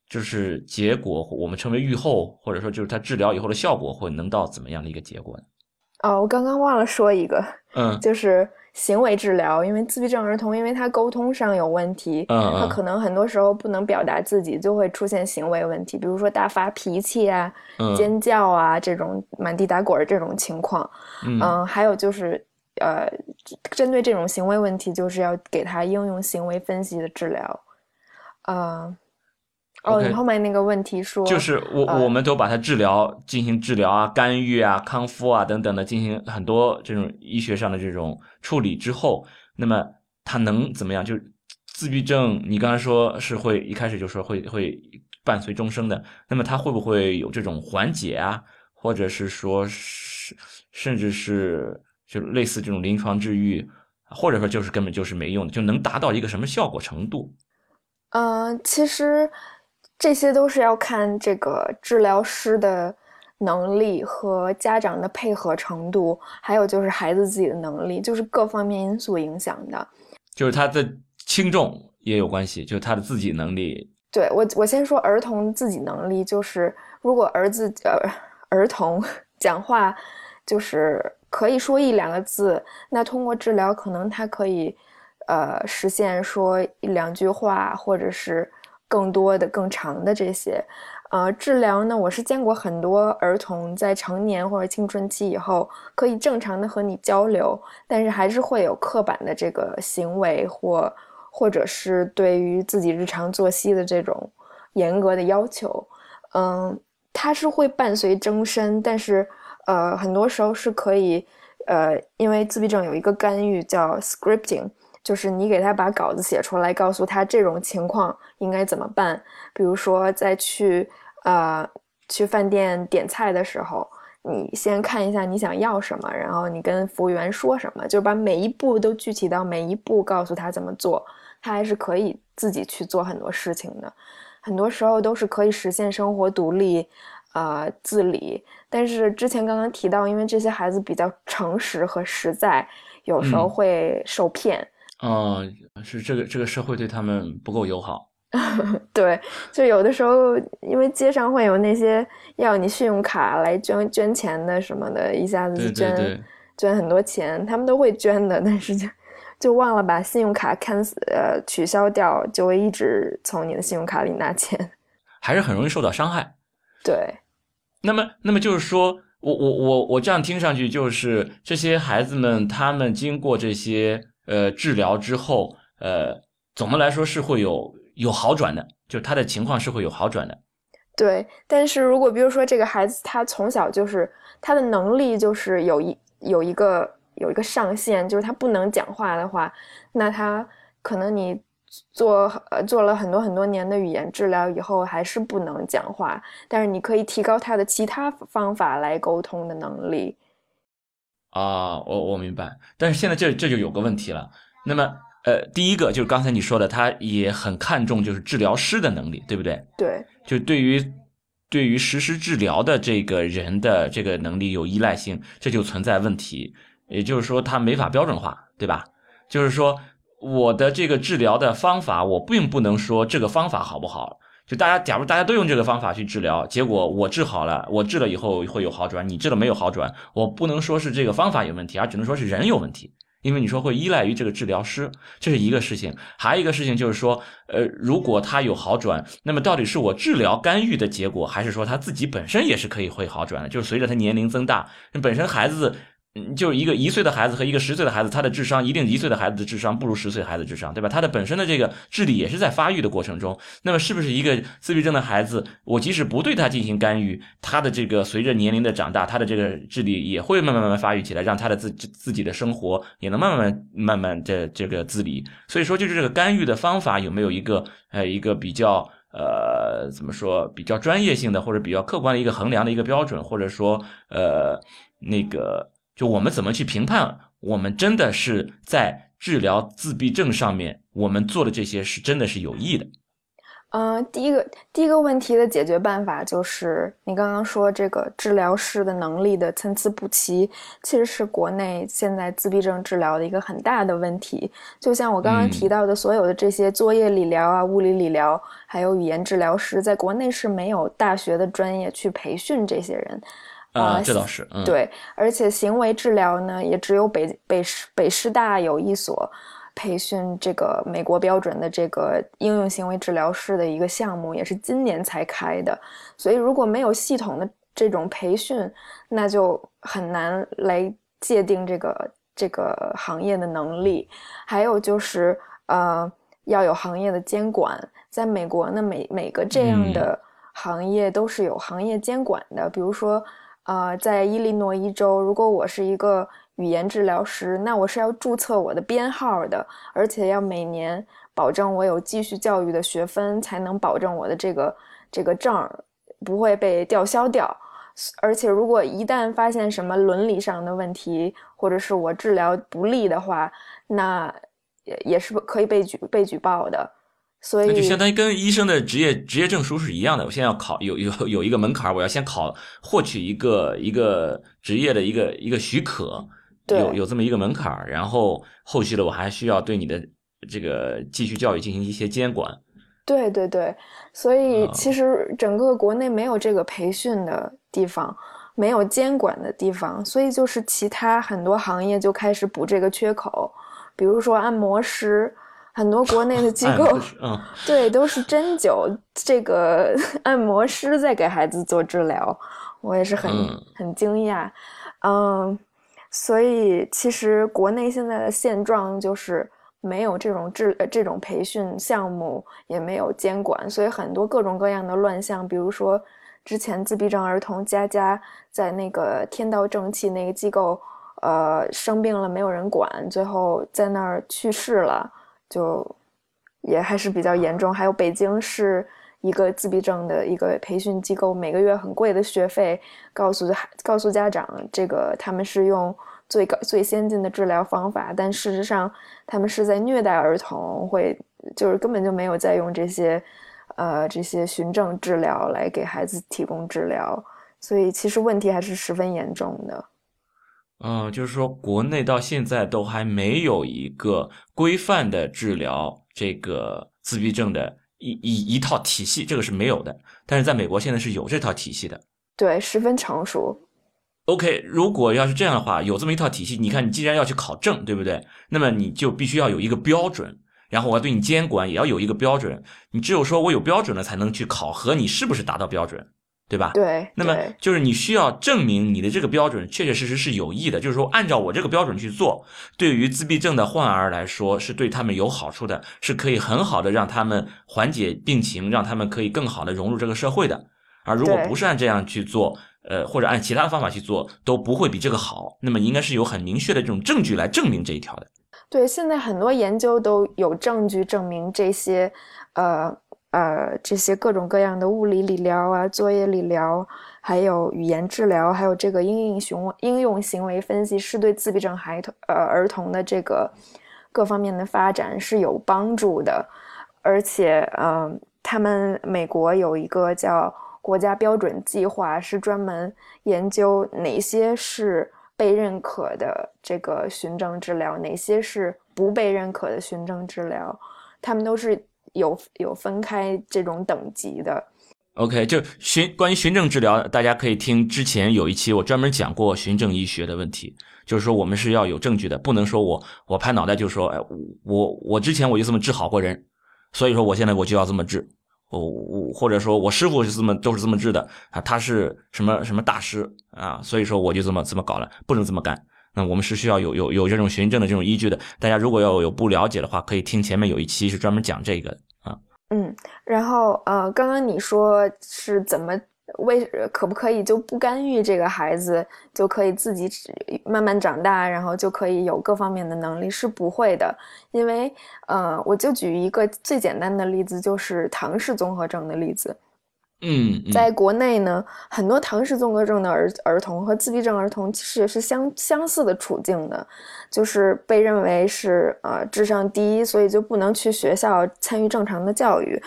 就是结果我们称为预后，或者说就是它治疗以后的效果会能到怎么样的一个结果呢？ 哦，我刚刚忘了说一个， 嗯， 就是行为治疗，因为自闭症儿童，因为他沟通上有问题， 嗯嗯， 他可能很多时候不能表达自己，就会出现行为问题，比如说大发脾气啊、 嗯、 尖叫啊这种满地打滚这种情况。 嗯、 呃、还有就是呃，针对这种行为问题，就是要给他应用行为分析的治疗。呃哦， OK， 你后面那个问题说， 就是我、 呃、 我们都把它治疗进行治疗啊、干预啊、康复啊等等的，进行很多这种医学上的这种处理之后，那么它能怎么样？就是自闭症，你刚才说是会一开始就说会会伴随终生的，那么它会不会有这种缓解啊，或者是说是甚至是就类似这种临床治愈，或者说就是根本就是没用的，就能达到一个什么效果程度？ 嗯、呃，其实这些都是要看这个治疗师的能力和家长的配合程度，还有就是孩子自己的能力，就是各方面因素影响的。 就是他的轻重也有关系，就是他的自己能力。 对，我我先说儿童自己能力，就是如果儿子呃儿童讲话就是可以说一两个字，那通过治疗可能他可以呃实现说一两句话，或者是更多的更长的这些。呃，治疗呢，我是见过很多儿童在成年或者青春期以后可以正常的和你交流，但是还是会有刻板的这个行为或或者是对于自己日常作息的这种严格的要求。嗯，它是会伴随终身，但是呃很多时候是可以呃因为自闭症有一个干预叫 scripting，就是你给他把稿子写出来，告诉他这种情况应该怎么办。比如说在去呃去饭店点菜的时候，你先看一下你想要什么，然后你跟服务员说什么，就把每一步都具体到每一步告诉他怎么做，他还是可以自己去做很多事情的。很多时候都是可以实现生活独立呃自理。但是之前刚刚提到，因为这些孩子比较诚实和实在，有时候会受骗。 哦、嗯，是这个这个社会对他们不够友好。 对，就有的时候因为街上会有那些要你信用卡来捐捐钱的什么的，一下子就捐对对对捐很多钱，他们都会捐的，但是就就忘了把信用卡 cancel 呃取消掉，就会一直从你的信用卡里拿钱， 还是很容易受到伤害。 对， 那么那么就是说我我我我这样听上去，就是这些孩子们他们经过这些呃治疗之后，呃总的来说是会有有好转的，就他的情况是会有好转的。 对，但是如果比如说这个孩子他从小就是他的能力就是有一有一个有一个上限，就是他不能讲话的话，那他可能你做呃做了很多很多年的语言治疗以后还是不能讲话，但是你可以提高他的其他方法来沟通的能力。 啊，我我明白，但是现在这这就有个问题了。那么呃，第一个就是刚才你说的，他也很看重就是治疗师的能力，对不对？ 对， 就对于对于实施治疗的这个人的这个能力有依赖性，这就存在问题。也就是说，他没法标准化，对吧？就是说，我的这个治疗的方法，我并不能说这个方法好不好。就大家，假如大家都用这个方法去治疗，结果我治好了，我治了以后会有好转，你治了没有好转，我不能说是这个方法有问题，而只能说是人有问题。因为你说会依赖于这个治疗师，这是一个事情。还有一个事情就是说，呃，如果他有好转，那么到底是我治疗干预的结果，还是说他自己本身也是可以会好转的？就是随着他年龄增大，本身孩子。嗯，就一个一岁的孩子和一个十岁的孩子，他的智商一定一岁的孩子的智商不如十岁孩子的智商，对吧？他的本身的这个智力也是在发育的过程中。那么是不是一个自闭症的孩子，我即使不对他进行干预，他的这个随着年龄的长大，他的这个智力也会慢慢慢慢发育起来，让他的自自己的生活也能慢慢慢慢的这个自理。所以说，就是这个干预的方法有没有一个呃一个比较呃怎么说比较专业性的或者比较客观的一个衡量的一个标准，或者说呃那个。就我们怎么去评判我们真的是在治疗自闭症上面我们做的这些是真的是有益的？ 嗯，第一个第一个问题的解决办法就是你刚刚说这个治疗师的能力的参差不齐，其实是国内现在自闭症治疗的一个很大的问题。就像我刚刚提到的，所有的这些作业理疗啊、物理理疗，还有语言治疗师，在国内是没有大学的专业去培训这些人。 啊、呃，这倒是，嗯， 对，而且行为治疗呢，也只有北北师北师大有一所培训这个美国标准的这个应用行为治疗师的一个项目，也是今年才开的。所以如果没有系统的这种培训，那就很难来界定这个这个行业的能力。还有就是呃，要有行业的监管。在美国呢，每每个这样的行业都是有行业监管的，比如说呃，在伊利诺伊州，如果我是一个语言治疗师，那我是要注册我的编号的，而且要每年保证我有继续教育的学分，才能保证我的这个这个证不会被吊销掉。而且如果一旦发现什么伦理上的问题，或者是我治疗不利的话，那也是可以被举被举报的。所以那就相当于跟医生的职业职业证书是一样的，我现在要考有有有一个门槛，我要先考获取一个一个职业的一个一个许可，有有这么一个门槛，然后后续的我还需要对你的这个继续教育进行一些监管。 对对对，所以其实整个国内没有这个培训的地方，没有监管的地方，所以就是其他很多行业就开始补这个缺口，比如说按摩师。很多国内的机构， 嗯， 对，都是针灸这个按摩师在给孩子做治疗，我也是很、嗯、很惊讶，嗯，所以其实国内现在的现状就是没有这种治这种培训项目，也没有监管，所以很多各种各样的乱象，比如说之前自闭症儿童佳佳在那个天道正气那个机构，呃，生病了没有人管，最后在那儿去世了。就也还是比较严重，还有北京是一个自闭症的一个培训机构，每个月很贵的学费，告诉告诉家长这个他们是用最高最先进的治疗方法，但事实上他们是在虐待儿童，会就是根本就没有在用这些呃这些循证治疗来给孩子提供治疗，所以其实问题还是十分严重的。 嗯，就是说国内到现在都还没有一个规范的治疗这个自闭症的一一一套体系，这个是没有的。但是在美国现在是有这套体系的， 对，十分成熟。 OK， 如果要是这样的话，有这么一套体系，你看你既然要去考证，对不对？那么你就必须要有一个标准，然后我要对你监管也要有一个标准。你只有说我有标准了，才能去考核你是不是达到标准。对吧？ 对， 那么就是你需要证明你的这个标准确确实实是有益的，就是说按照我这个标准去做，对于自闭症的患儿来说是对他们有好处的，是可以很好的让他们缓解病情，让他们可以更好的融入这个社会的。而如果不是按这样去做，呃，或者按其他的方法去做，都不会比这个好。那么应该是有很明确的这种证据来证明这一条的。 对，现在很多研究都有证据证明这些，呃。呃，这些各种各样的物理理疗啊、作业理疗，还有语言治疗，还有这个应用行应用行为分析，是对自闭症孩童呃儿童的这个各方面的发展是有帮助的。而且，嗯、呃，他们美国有一个叫国家标准计划，是专门研究哪些是被认可的这个循证治疗，哪些是不被认可的循证治疗，他们都是。有有分开这种等级的。 OK， 就循关于循证治疗，大家可以听之前有一期我专门讲过循证医学的问题，就是说我们是要有证据的，不能说我我拍脑袋就说，哎，我我之前我就这么治好过人，所以说我现在我就要这么治，我我或者说我师傅是这么都是这么治的啊，他是什么什么大师啊，所以说我就这么这么搞了，不能这么干。那我们是需要有有有这种循证的这种依据的，大家如果要有不了解的话，可以听前面有一期是专门讲这个啊。 嗯，然后呃，刚刚你说是怎么为可不可以就不干预这个孩子，就可以自己慢慢长大，然后就可以有各方面的能力？是不会的，因为呃，我就举一个最简单的例子，就是唐氏综合症的例子。 嗯，嗯在国内呢，很多唐氏综合症的儿儿童和自闭症儿童其实也是相相似的处境的，就是被认为是呃智商低，所以就不能去学校参与正常的教育。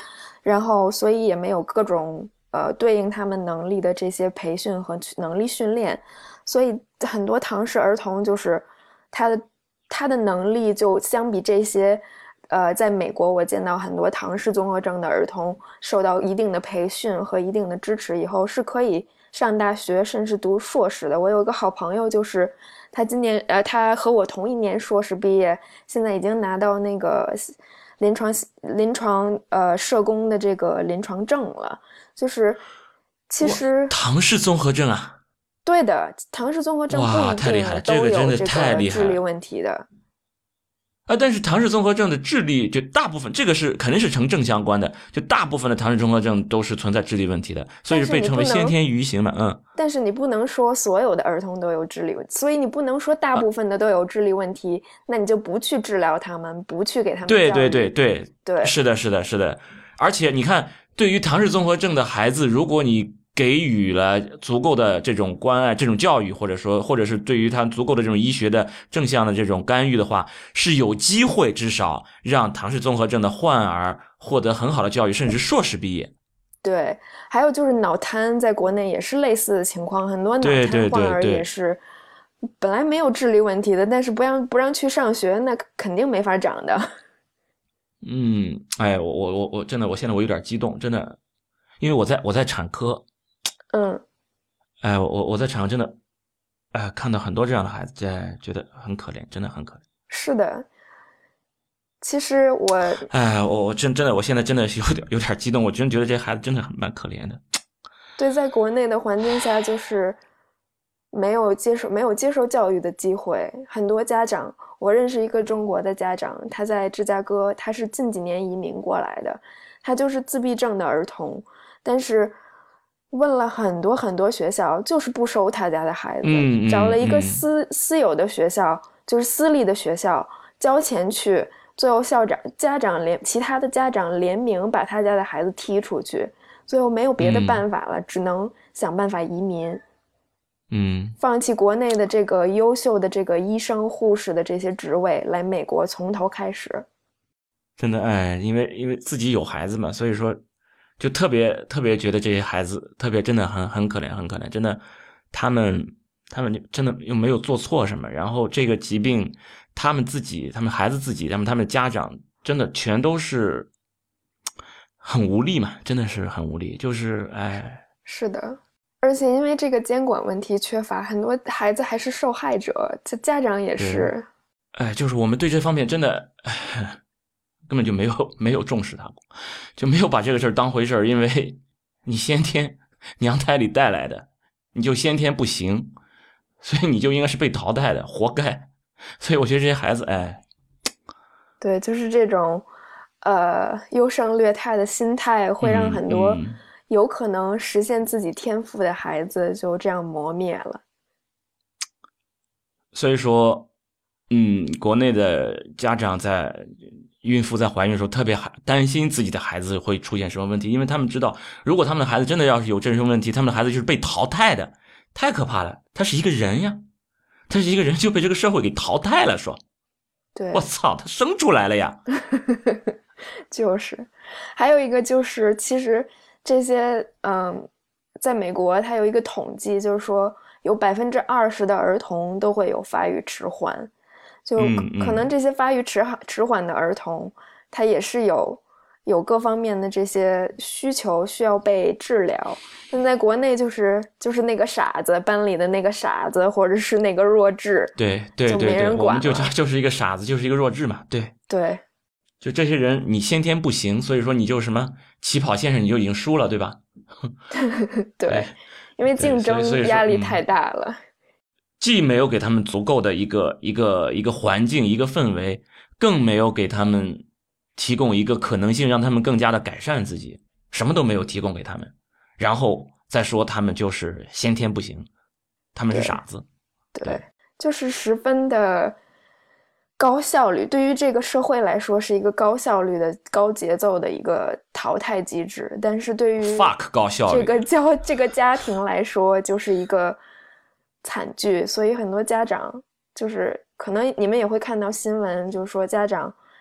然后所以也没有各种呃对应他们能力的这些培训和能力训练，所以很多唐氏儿童就是他的他的能力就相比这些呃在美国我见到很多唐氏综合症的儿童受到一定的培训和一定的支持以后是可以上大学甚至读硕士的。我有一个好朋友，就是他今年呃他和我同一年硕士毕业，现在已经拿到那个临床临床呃社工的这个临床证了。就是其实唐氏综合症啊， 对的，唐氏综合症不一定都有这个智力问题的啊，但是唐氏综合症的智力就大部分，这个是肯定是成正相关的，就大部分的唐氏综合症都是存在智力问题的，所以被称为先天愚形嘛。嗯， 但是你不能说所有的儿童都有智力问题，所以你不能说大部分的都有智力问题，啊、那你就不去治疗他们，不去给他们教育。 对对对对对， 是的是的是的。而且你看，对于唐氏综合症的孩子，如果你给予了足够的这种关爱、这种教育，或者说，或者是对于他足够的这种医学的正向的这种干预的话，是有机会至少让唐氏综合症的患儿获得很好的教育，甚至硕士毕业。 对，还有就是脑瘫，在国内也是类似的情况，很多脑瘫患儿也是本来没有智力问题的，但是不让不让去上学，那肯定没法长的。 嗯，哎，我我我我真的，我现在我有点激动，真的，因为我在我在产科。 嗯， 哎，我我在场上真的，哎，看到很多这样的孩子，哎，觉得很可怜，真的很可怜。 是的，其实我， 哎，我我真真的，我现在真的是有点有点激动，我真觉得这些孩子真的很蛮可怜的。 对，在国内的环境下，就是没有接受没有接受教育的机会，很多家长，我认识一个中国的家长，他在芝加哥，他是近几年移民过来的，他就是自闭症的儿童，但是。问了很多很多学校，就是不收他家的孩子， 嗯、 找了一个私、 嗯、 私有的学校，就是私立的学校，交钱去，最后校长、家长联其他的家长联名把他家的孩子踢出去，最后没有别的办法了，嗯、只能想办法移民， 嗯， 放弃国内的这个优秀的这个医生、护士的这些职位，来美国从头开始。 真的，哎，因为因为自己有孩子嘛，所以说。就特别特别觉得这些孩子特别真的很很可怜很可怜，真的他们他们真的又没有做错什么，然后这个疾病他们自己他们孩子自己他们他们的家长真的全都是很无力嘛，真的是很无力，就是哎， 是的，而且因为这个监管问题缺乏，很多孩子还是受害者，这家长也是， 哎，就是我们对这方面真的哎根本就没有没有重视他过，就没有把这个事儿当回事儿，因为你先天娘胎里带来的，你就先天不行，所以你就应该是被淘汰的，活该。所以我觉得这些孩子，哎， 对，就是这种呃优胜劣汰的心态，会让很多有可能实现自己天赋的孩子就这样磨灭了。 所以说，嗯，国内的家长在。孕妇在怀孕的时候特别担心自己的孩子会出现什么问题，因为他们知道如果他们的孩子真的要是有这种问题，他们的孩子就是被淘汰的，太可怕了。他是一个人呀，他是一个人就被这个社会给淘汰了，说对， 我操，他生出来了呀。 就是还有一个就是其实这些嗯，在美国它有一个统计，就是说有百分之二十的儿童都会有发育迟缓，就可能这些发育迟迟缓的儿童，他也是有有各方面的这些需求需要被治疗。但在国内就是就是那个傻子，班里的那个傻子，或者是那个弱智， 对对对对， 就没人管了， 我们就就是一个傻子，就是一个弱智嘛，对对， 就这些人你先天不行，所以说你就什么起跑线上你就已经输了，对吧？ 对，因为竞争压力太大了。嗯， 既没有给他们足够的一个一个一个环境一个氛围，更没有给他们提供一个可能性让他们更加的改善自己，什么都没有提供给他们，然后再说他们就是先天不行，他们是傻子。 对， 对，就是十分的高效率，对于这个社会来说是一个高效率的高节奏的一个淘汰机制，但是对于 fuck 高效率这个教这个家庭来说就是一个惨剧。所以很多家长就是可能你们也会看到新闻，就是说家长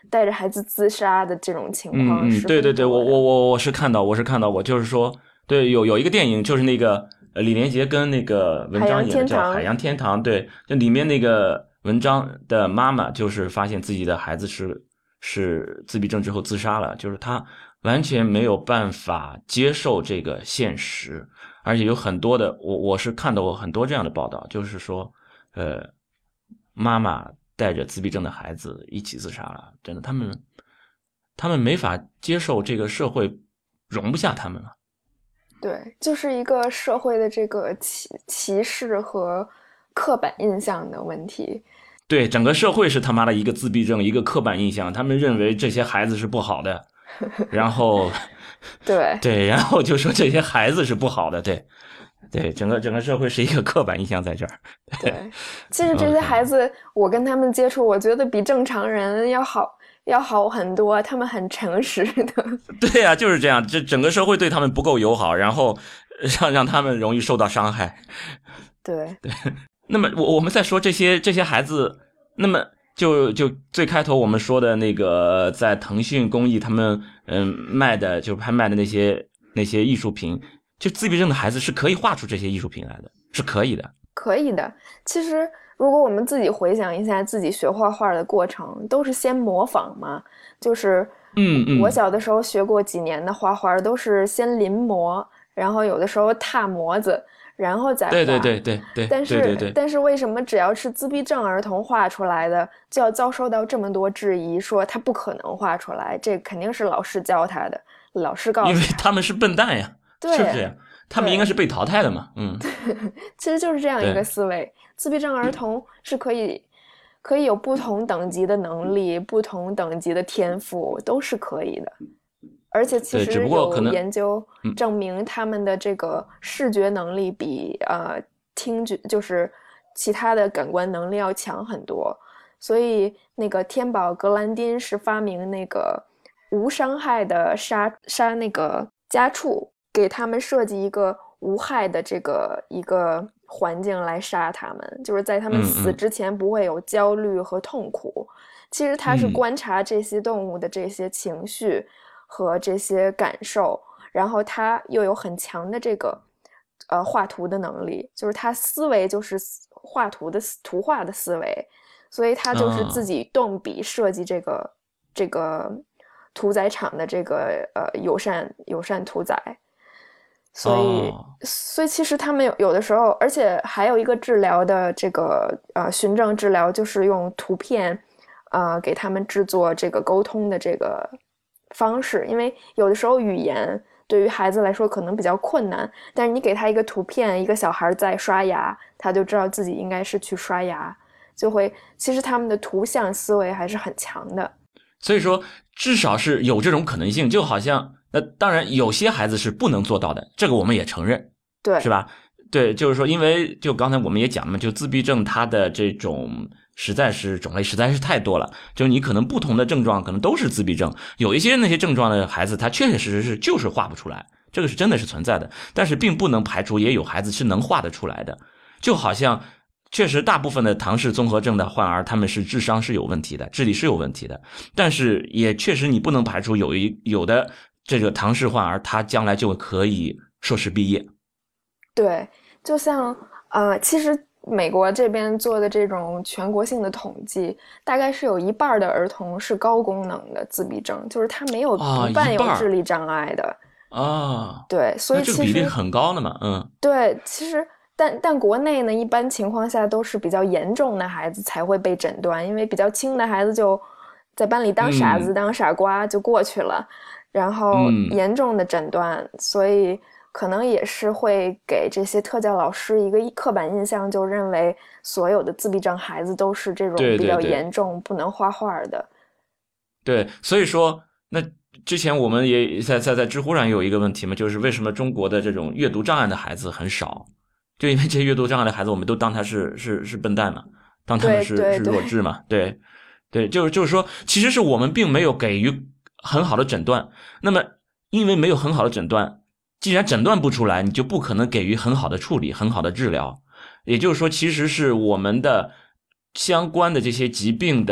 带着孩子自杀的这种情况。 嗯嗯，对对对，我我我我是看到，我是看到过，就是说，对，有有一个电影，就是那个呃李连杰跟那个文章演的叫《海洋天堂》，对，就里面那个文章的妈妈就是发现自己的孩子是是自闭症之后自杀了，就是他完全没有办法接受这个现实，而且有很多的，我我是看到过很多这样的报道，就是说，呃，妈妈带着自闭症的孩子一起自杀了，真的，他们他们没法接受这个社会容不下他们了。 对，就是一个社会的这个歧歧视和刻板印象的问题。 对，整个社会是他妈的一个自闭症，一个刻板印象，他们认为这些孩子是不好的，然后对对，然后就说这些孩子是不好的，对对，整个整个社会是一个刻板印象在这儿。 对，其实这些孩子，我跟他们接触，我觉得比正常人要好。要好很多，他们很诚实的。 对呀、啊，就是这样，这整个社会对他们不够友好，然后让让他们容易受到伤害。 对对，那么我我们再说这些这些孩子，那么就就最开头我们说的那个在腾讯公益他们嗯卖的就拍卖的那些那些艺术品，就自闭症的孩子是可以画出这些艺术品来的，是可以的， 可以的。其实。如果我们自己回想一下自己学画画的过程，都是先模仿嘛，就是嗯嗯， 我小的时候学过几年的画画，都是先临摹，然后有的时候踏模子，然后再画。 对对对对对。 但是对对对但是为什么只要是自闭症儿童画出来的，就要遭受到这么多质疑，说他不可能画出来？这肯定是老师教他的，老师告诉他， 因为他们是笨蛋呀， 对是不是呀？他们应该是被淘汰的嘛，嗯， 其实就是这样一个思维。自闭症儿童是可以可以有不同等级的能力，不同等级的天赋，都是可以的。而且其实有研究证明他们的这个视觉能力比呃听觉就是其他的感官能力要强很多。所以那个天宝格兰丁是发明那个无伤害的杀杀那个家畜，给他们设计一个无害的这个一个环境来杀他们，就是在他们死之前不会有焦虑和痛苦。嗯嗯其实他是观察这些动物的这些情绪和这些感受，然后他又有很强的这个呃画图的能力，就是他思维就是画图的图画的思维，所以他就是自己动笔设计这个、哦、这个屠宰场的这个呃友善友善屠宰。所以、哦、所以其实他们有有的时候，而且还有一个治疗的这个呃循证治疗，就是用图片呃给他们制作这个沟通的这个方式。因为有的时候语言对于孩子来说可能比较困难，但是你给他一个图片，一个小孩在刷牙，他就知道自己应该是去刷牙，就会其实他们的图像思维还是很强的。 所以说至少是有这种可能性，就好像那当然有些孩子是不能做到的，这个我们也承认， 对， 是吧？对，就是说因为就刚才我们也讲了嘛，就自闭症它的这种实在是种类实在是太多了，就你可能不同的症状可能都是自闭症，有一些那些症状的孩子他确确实实是就是画不出来，这个是真的是存在的，但是并不能排除也有孩子是能画得出来的。就好像确实大部分的唐氏综合症的患儿他们是智商是有问题的，智力是有问题的，但是也确实你不能排除有一有的这个唐氏患儿他将来就可以硕士毕业。 对，就像呃，其实美国这边做的这种全国性的统计，大概是有一半的儿童是高功能的自闭症，就是他没有一半有智力障碍的啊。 对，所以其实这个比例很高的嘛，嗯， 对，其实但但国内呢，一般情况下都是比较严重的孩子才会被诊断，因为比较轻的孩子就在班里当傻子、嗯、当傻瓜就过去了，然后严重的诊断、嗯、所以可能也是会给这些特教老师一个刻板印象，就认为所有的自闭症孩子都是这种比较严重，对对对，不能画画的。 对，所以说那之前我们也在在在知乎上有一个问题嘛，就是为什么中国的这种阅读障碍的孩子很少？就因为这些阅读障碍的孩子，我们都当他是是是笨蛋嘛，当他们是是弱智嘛，对对，就是就是说，其实是我们并没有给予很好的诊断。那么因为没有很好的诊断，既然诊断不出来，你就不可能给予很好的处理、很好的治疗。也就是说，其实是我们的相关的这些疾病的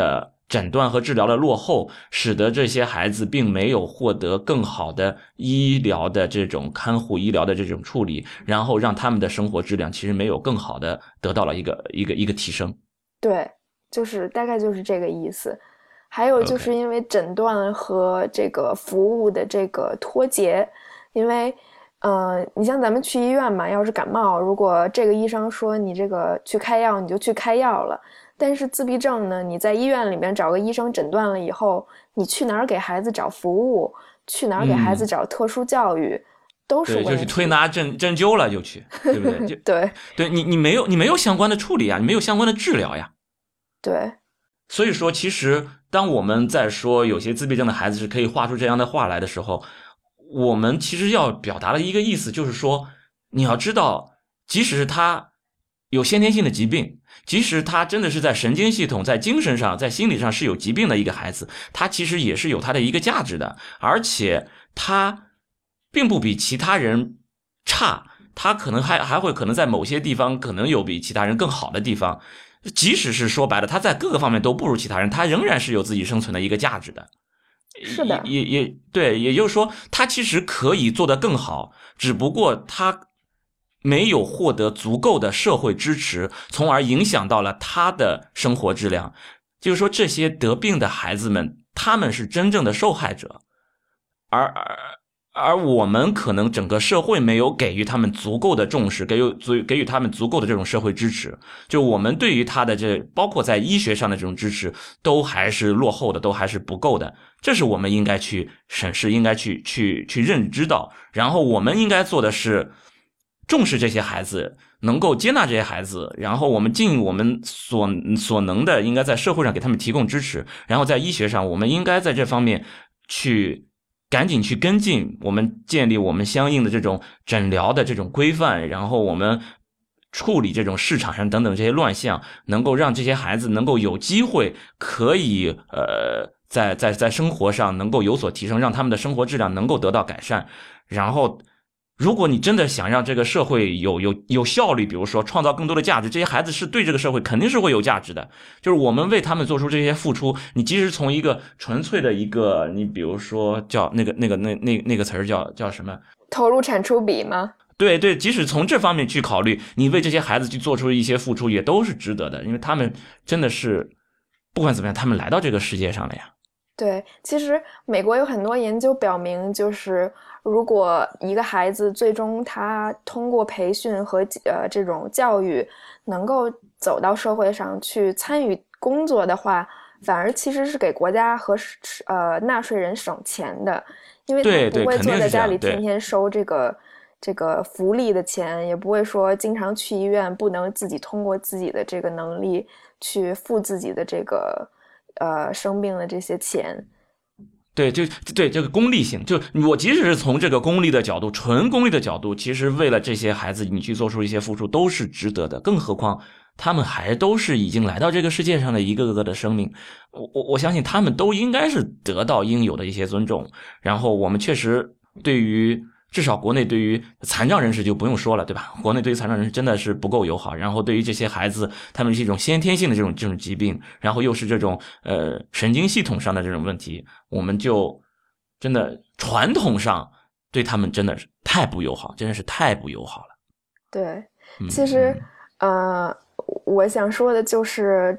诊断和治疗的落后，使得这些孩子并没有获得更好的医疗的这种看护、医疗的这种处理，然后让他们的生活质量其实没有更好的得到了一个一个一个提升。 对，就是大概就是这个意思。还有就是因为诊断和这个服务的这个脱节，因为呃，你像咱们去医院嘛，要是感冒，如果这个医生说你这个去开药，你就去开药了。但是自闭症呢，你在医院里面找个医生诊断了以后，你去哪儿给孩子找服务，去哪儿给孩子找特殊教育，嗯、都是问题。 对，就去推拿针针灸了，就去，对不对？就对， 对你你没有你没有相关的处理啊，你没有相关的治疗呀。 对。 所以说，其实当我们在说有些自闭症的孩子是可以画出这样的画来的时候，我们其实要表达的一个意思就是说，你要知道，即使是他有先天性的疾病，即使他真的是在神经系统、在精神上、在心理上是有疾病的一个孩子，他其实也是有他的一个价值的，而且他并不比其他人差，他可能还还会可能在某些地方可能有比其他人更好的地方。即使是说白了，他在各个方面都不如其他人，他仍然是有自己生存的一个价值的。 是的， 也也对，也就是说，他其实可以做得更好，只不过他没有获得足够的社会支持，从而影响到了他的生活质量。就是说，这些得病的孩子们，他们是真正的受害者，而而。而我们可能整个社会没有给予他们足够的重视，给予给予他们足够的这种社会支持，就我们对于他的这包括在医学上的这种支持都还是落后的，都还是不够的，这是我们应该去审视，应该去去去认知到。然后我们应该做的是重视这些孩子，能够接纳这些孩子，然后我们尽我们所所能的应该在社会上给他们提供支持，然后在医学上我们应该在这方面去赶紧去跟进，我们建立我们相应的这种诊疗的这种规范，然后我们处理这种市场上等等这些乱象，能够让这些孩子能够有机会可以呃在在在生活上能够有所提升，让他们的生活质量能够得到改善。然后如果你真的想让这个社会有有有效率，比如说创造更多的价值，这些孩子是对这个社会肯定是会有价值的。就是我们为他们做出这些付出，你即使从一个纯粹的一个，你比如说叫那个那个那那那个词儿叫叫什么？ 投入产出比吗？ 对对，即使从这方面去考虑，你为这些孩子去做出一些付出，也都是值得的，因为他们真的是不管怎么样，他们来到这个世界上了呀。 对，其实美国有很多研究表明，就是如果一个孩子最终他通过培训和呃这种教育能够走到社会上去参与工作的话，反而其实是给国家和呃纳税人省钱的，因为他不会坐在家里天天收这个这个福利的钱，也不会说经常去医院，不能自己通过自己的这个能力去付自己的这个呃生病的这些钱。 对，就对这个功利性，就我即使是从这个功利的角度，纯功利的角度，其实为了这些孩子，你去做出一些付出都是值得的。更何况他们还都是已经来到这个世界上的一个个的生命，我我我相信他们都应该是得到应有的一些尊重。然后我们确实对于至少国内对于残障人士就不用说了，对吧？国内对于残障人士真的是不够友好。然后对于这些孩子，他们是一种先天性的这种这种疾病，然后又是这种呃神经系统上的这种问题，我们就真的传统上对他们真的是太不友好，真的是太不友好了。 对，其实、嗯、呃，我想说的就是，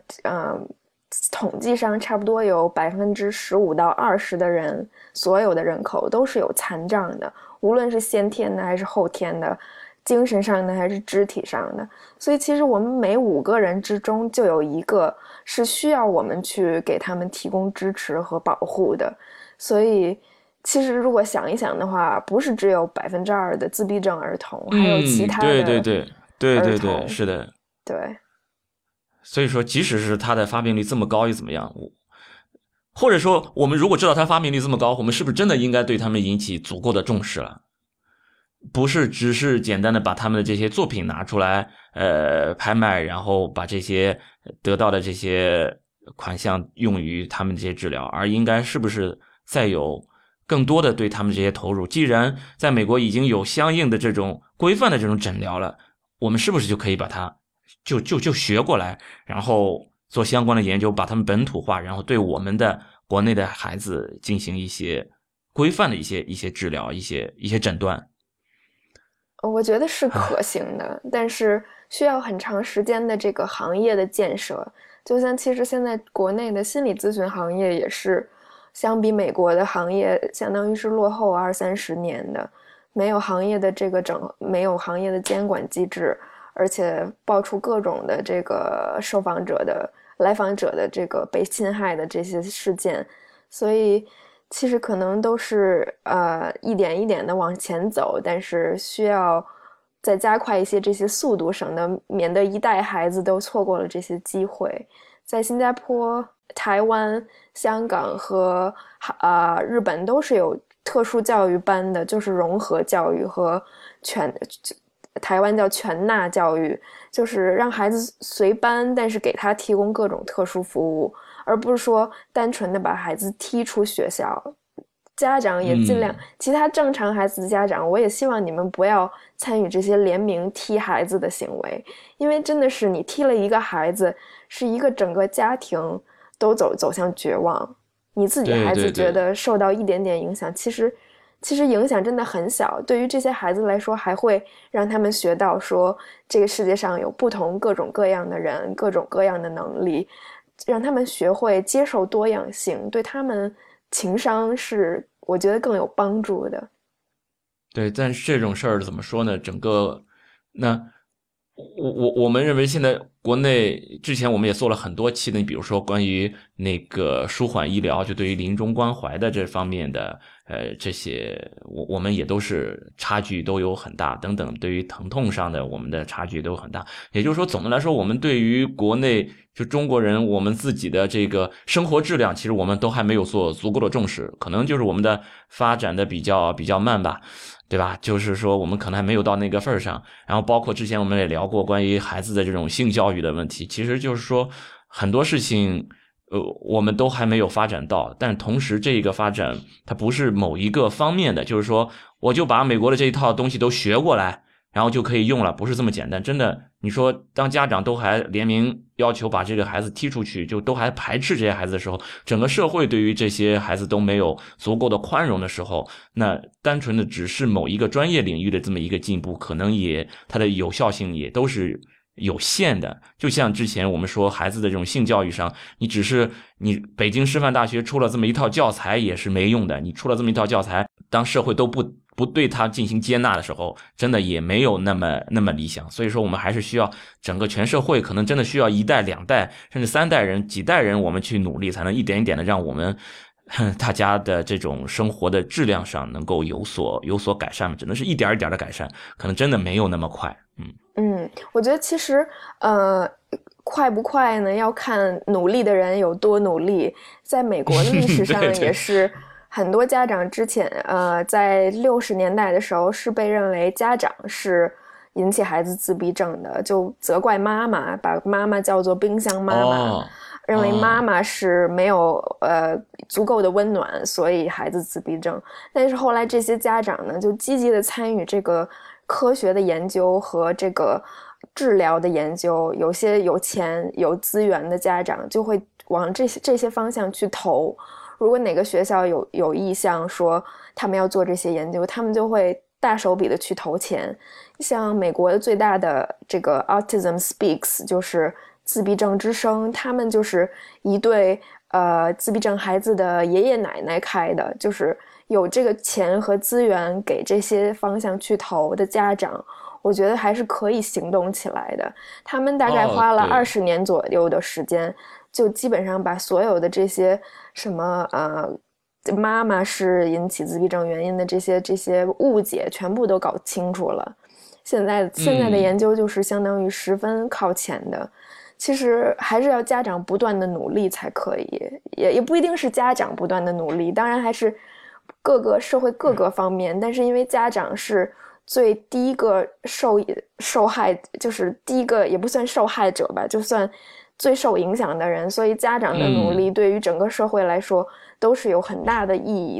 嗯、呃。统计上差不多有百分之十五到二十的人，所有的人口都是有残障的，无论是先天的还是后天的，精神上的还是肢体上的。所以其实我们每五个人之中就有一个是需要我们去给他们提供支持和保护的。所以其实如果想一想的话，不是只有百分之二的自闭症儿童，还有其他的、 嗯、对对对对对对，是的， 对。 所以说即使是他的发病率这么高又怎么样，或者说我们如果知道他发病率这么高，我们是不是真的应该对他们引起足够的重视了，不是只是简单的把他们的这些作品拿出来呃拍卖，然后把这些得到的这些款项用于他们这些治疗，而应该是不是再有更多的对他们这些投入。既然在美国已经有相应的这种规范的这种诊疗了，我们是不是就可以把它就就就学过来，然后做相关的研究，把他们本土化，然后对我们的国内的孩子进行一些规范的一些一些治疗，一些一些诊断。 我觉得是可行的，但是需要很长时间的这个行业的建设。就像其实现在国内的心理咨询行业也是相比美国的行业相当于是落后二三十年的，没有行业的这个整没有行业的监管机制，而且爆出各种的这个受访者的来访者的这个被侵害的这些事件，所以其实可能都是呃一点一点的往前走，但是需要再加快一些这些速度，省得免得一代孩子都错过了这些机会。在新加坡、台湾、香港和呃日本都是有特殊教育班的，就是融合教育和全台湾叫全纳教育，就是让孩子随班，但是给他提供各种特殊服务，而不是说单纯的把孩子踢出学校。家长也尽量、嗯、其他正常孩子的家长，我也希望你们不要参与这些联名踢孩子的行为，因为真的是你踢了一个孩子，是一个整个家庭都走走向绝望，你自己孩子觉得受到一点点影响，对对对，其实其实影响真的很小，对于这些孩子来说，还会让他们学到说这个世界上有不同各种各样的人，各种各样的能力，让他们学会接受多样性，对他们情商是我觉得更有帮助的。 对，但是这种事儿怎么说呢？整个那我我我们认为现在国内之前我们也做了很多期的，你比如说关于那个舒缓医疗，就对于临终关怀的这方面的呃这些，我我们也都是差距都有很大等等，对于疼痛上的我们的差距都有很大。也就是说总的来说，我们对于国内就中国人我们自己的这个生活质量，其实我们都还没有做足够的重视，可能就是我们的发展的比较比较慢吧，对吧？就是说我们可能还没有到那个份上。然后包括之前我们也聊过关于孩子的这种性教育的问题，其实就是说很多事情呃，我们都还没有发展到，但同时这个发展它不是某一个方面的，就是说我就把美国的这一套东西都学过来然后就可以用了，不是这么简单。真的，你说当家长都还联名要求把这个孩子踢出去，就都还排斥这些孩子的时候，整个社会对于这些孩子都没有足够的宽容的时候，那单纯的只是某一个专业领域的这么一个进步，可能也它的有效性也都是有限的。就像之前我们说孩子的这种性教育上，你只是你北京师范大学出了这么一套教材也是没用的，你出了这么一套教材，当社会都不不对它进行接纳的时候，真的也没有那么那么理想。所以说我们还是需要整个全社会，可能真的需要一代两代甚至三代人几代人我们去努力，才能一点一点的让我们大家的这种生活的质量上能够有所有所改善，只能是一点一点的改善，可能真的没有那么快。嗯嗯，我觉得其实呃快不快呢，要看努力的人有多努力。在美国的历史上也是很多家长之前呃在六十年代的时候是被认为家长是引起孩子自闭症的，就责怪妈妈，把妈妈叫做冰箱妈妈。哦，认为妈妈是没有呃足够的温暖，所以孩子自闭症。但是后来这些家长呢，就积极的参与这个科学的研究和这个治疗的研究，有些有钱有资源的家长就会往这些这些方向去投。如果哪个学校有有意向说他们要做这些研究，他们就会大手笔的去投钱。像美国最大的这个 Autism Speaks 就是自闭症之声，他们就是一对呃自闭症孩子的爷爷奶奶开的，就是有这个钱和资源给这些方向去投的家长，我觉得还是可以行动起来的。他们大概花了二十年左右的时间，就基本上把所有的这些什么呃妈妈是引起自闭症原因的这些这些误解全部都搞清楚了。现在现在的研究就是相当于十分靠前的。嗯，其实还是要家长不断的努力才可以，也也不一定是家长不断的努力，当然还是各个社会各个方面，但是因为家长是最第一个受受害，就是第一个也不算受害者吧，就算最受影响的人，所以家长的努力对于整个社会来说都是有很大的意义的。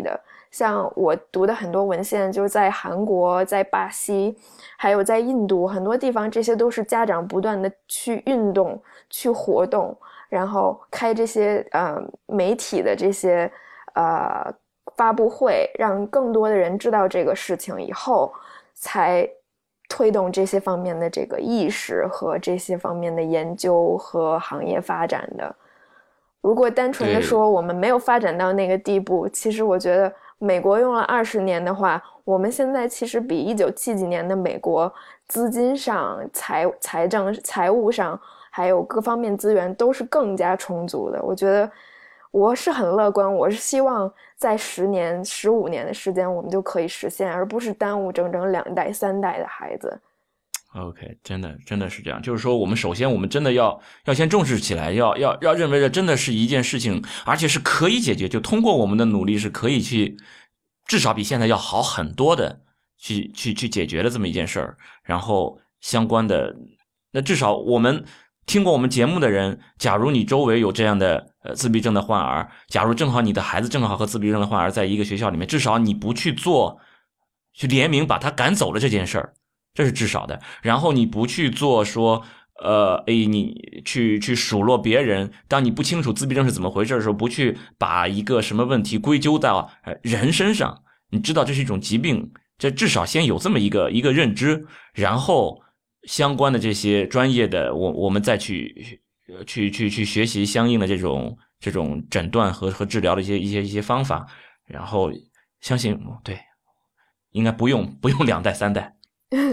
像我读的很多文献，就是在韩国、在巴西，还有在印度很多地方，这些都是家长不断的去运动、去活动，然后开这些呃媒体的这些呃发布会，让更多的人知道这个事情以后，才推动这些方面的这个意识和这些方面的研究和行业发展的。如果单纯的说我们没有发展到那个地步，其实我觉得美国用了二十年的话，我们现在其实比一九七几年的美国资金上、财财政、财务上，还有各方面资源都是更加充足的。我觉得我是很乐观，我是希望在十年、十五年的时间我们就可以实现，而不是耽误整整两代、三代的孩子。 OK， 真的真的是这样，就是说我们首先我们真的要要先重视起来，要要要认为这真的是一件事情，而且是可以解决，就通过我们的努力是可以去至少比现在要好很多的去去去解决的这么一件事儿。然后相关的，那至少我们听过我们节目的人，假如你周围有这样的呃自闭症的患儿，假如正好你的孩子正好和自闭症的患儿在一个学校里面，至少你不去做去联名把他赶走了这件事儿，这是至少的。然后你不去做说呃，哎，你去去数落别人，当你不清楚自闭症是怎么回事的时候，不去把一个什么问题归咎到呃人身上，你知道这是一种疾病，这至少先有这么一个一个认知，然后相关的这些专业的，我我们再去去去去学习相应的这种这种诊断和和治疗的一些一些一些方法，然后相信对，应该不用不用两代三代。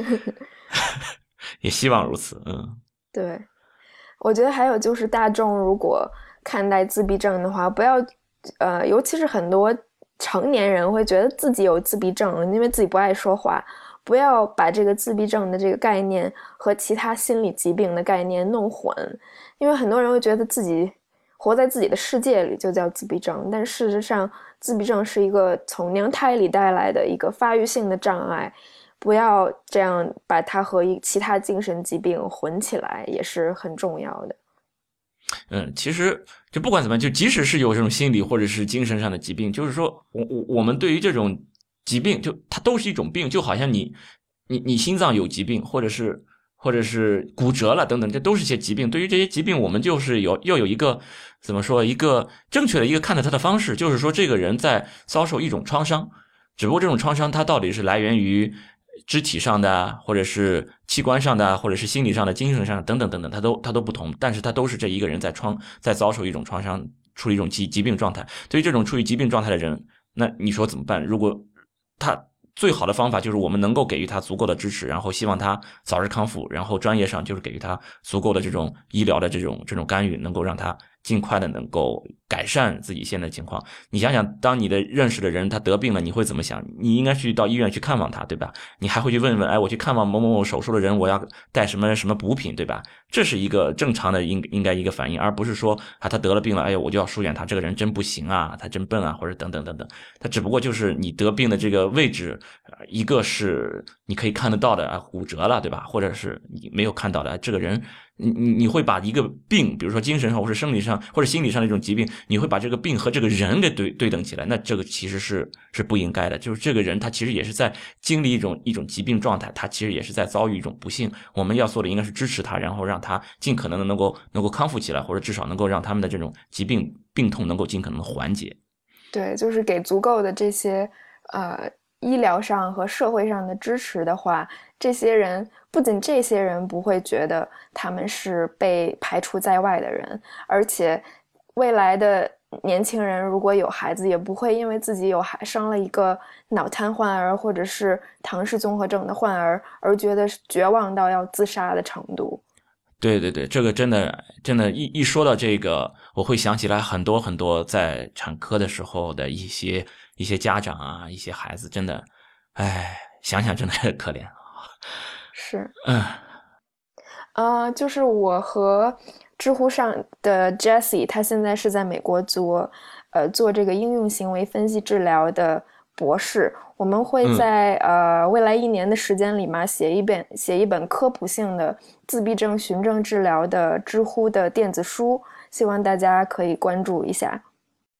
也希望如此。嗯， 对，我觉得还有就是大众如果看待自闭症的话，不要呃，尤其是很多成年人会觉得自己有自闭症，因为自己不爱说话，不要把这个自闭症的这个概念和其他心理疾病的概念弄混，因为很多人会觉得自己活在自己的世界里就叫自闭症，但事实上自闭症是一个从娘胎里带来的一个发育性的障碍，不要这样把它和其他精神疾病混起来，也是很重要的。 嗯，其实就不管怎么样，就即使是有这种心理或者是精神上的疾病，就是说我我我们对于这种疾病，就它都是一种病，就好像你你你心脏有疾病，或者是或者是骨折了等等，这都是一些疾病。对于这些疾病，我们就是有要有一个怎么说，一个正确的一个看待它的方式，就是说这个人在遭受一种创伤，只不过这种创伤它到底是来源于肢体上的，或者是器官上的，或者是心理上的、精神上的等等等等，它都它都不同，但是它都是这一个人在创在遭受一种创伤，处于一种疾疾病状态。对于这种处于疾病状态的人，那你说怎么办？如果他最好的方法就是我们能够给予他足够的支持，然后希望他早日康复，然后专业上就是给予他足够的这种医疗的这种这种干预，能够让他尽快的能够改善自己现在的情况。你想想，当你的认识的人他得病了，你会怎么想？你应该去到医院去看望他，对吧？你还会去问问，哎，我去看望某某某手术的人，我要带什么什么补品，对吧？这是一个正常的应应该一个反应，而不是说啊他得了病了，哎呦我就要疏远他，这个人真不行啊，他真笨啊，或者等等等等。他只不过就是你得病的这个位置，一个是你可以看得到的啊骨折了，对吧？或者是你没有看到的，这个人你你你会把一个病，比如说精神上或者生理上或者心理上的一种疾病，你会把这个病和这个人给对对等起来，那这个其实是是不应该的。就是这个人他其实也是在经历一种一种疾病状态，他其实也是在遭遇一种不幸。我们要做的应该是支持他，然后让他尽可能的能够能够康复起来，或者至少能够让他们的这种疾病病痛能够尽可能的缓解。 对，就是给足够的这些呃医疗上和社会上的支持的话，这些人不仅这些人不会觉得他们是被排除在外的人，而且未来的年轻人如果有孩子，也不会因为自己有孩生了一个脑瘫患儿或者是唐氏综合症的患儿而觉得绝望到要自杀的程度。 对对对，这个真的真的，一一说到这个，我会想起来很多很多在产科的时候的一些一些家长啊，一些孩子，真的，哎，想想真的可怜啊。 是， 嗯， 呃，就是我和知乎上的 Jessie， 他现在是在美国做，呃，做这个应用行为分析治疗的博士。我们会在、嗯、呃未来一年的时间里嘛，写一本写一本科普性的自闭症循证治疗的知乎的电子书，希望大家可以关注一下。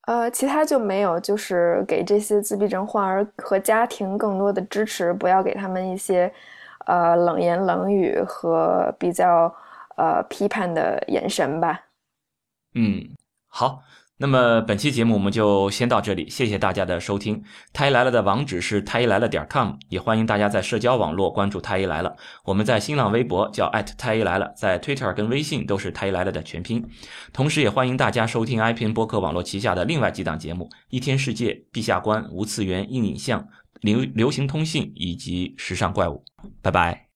呃，其他就没有，就是给这些自闭症患儿和家庭更多的支持，不要给他们一些呃冷言冷语和比较呃批判的眼神吧。 嗯，好，那么本期节目我们就先到这里，谢谢大家的收听。太医来了的网址是太医来了点 com， 也欢迎大家在社交网络关注太医来了。我们在新浪微博叫 at 太医来了，在 Twitter 跟微信都是太医来了的全拼。同时也欢迎大家收听 i P N 播客网络旗下的另外几档节目：一天世界、陛下观、无次元、硬影像、流流行通信以及时尚怪物。拜拜。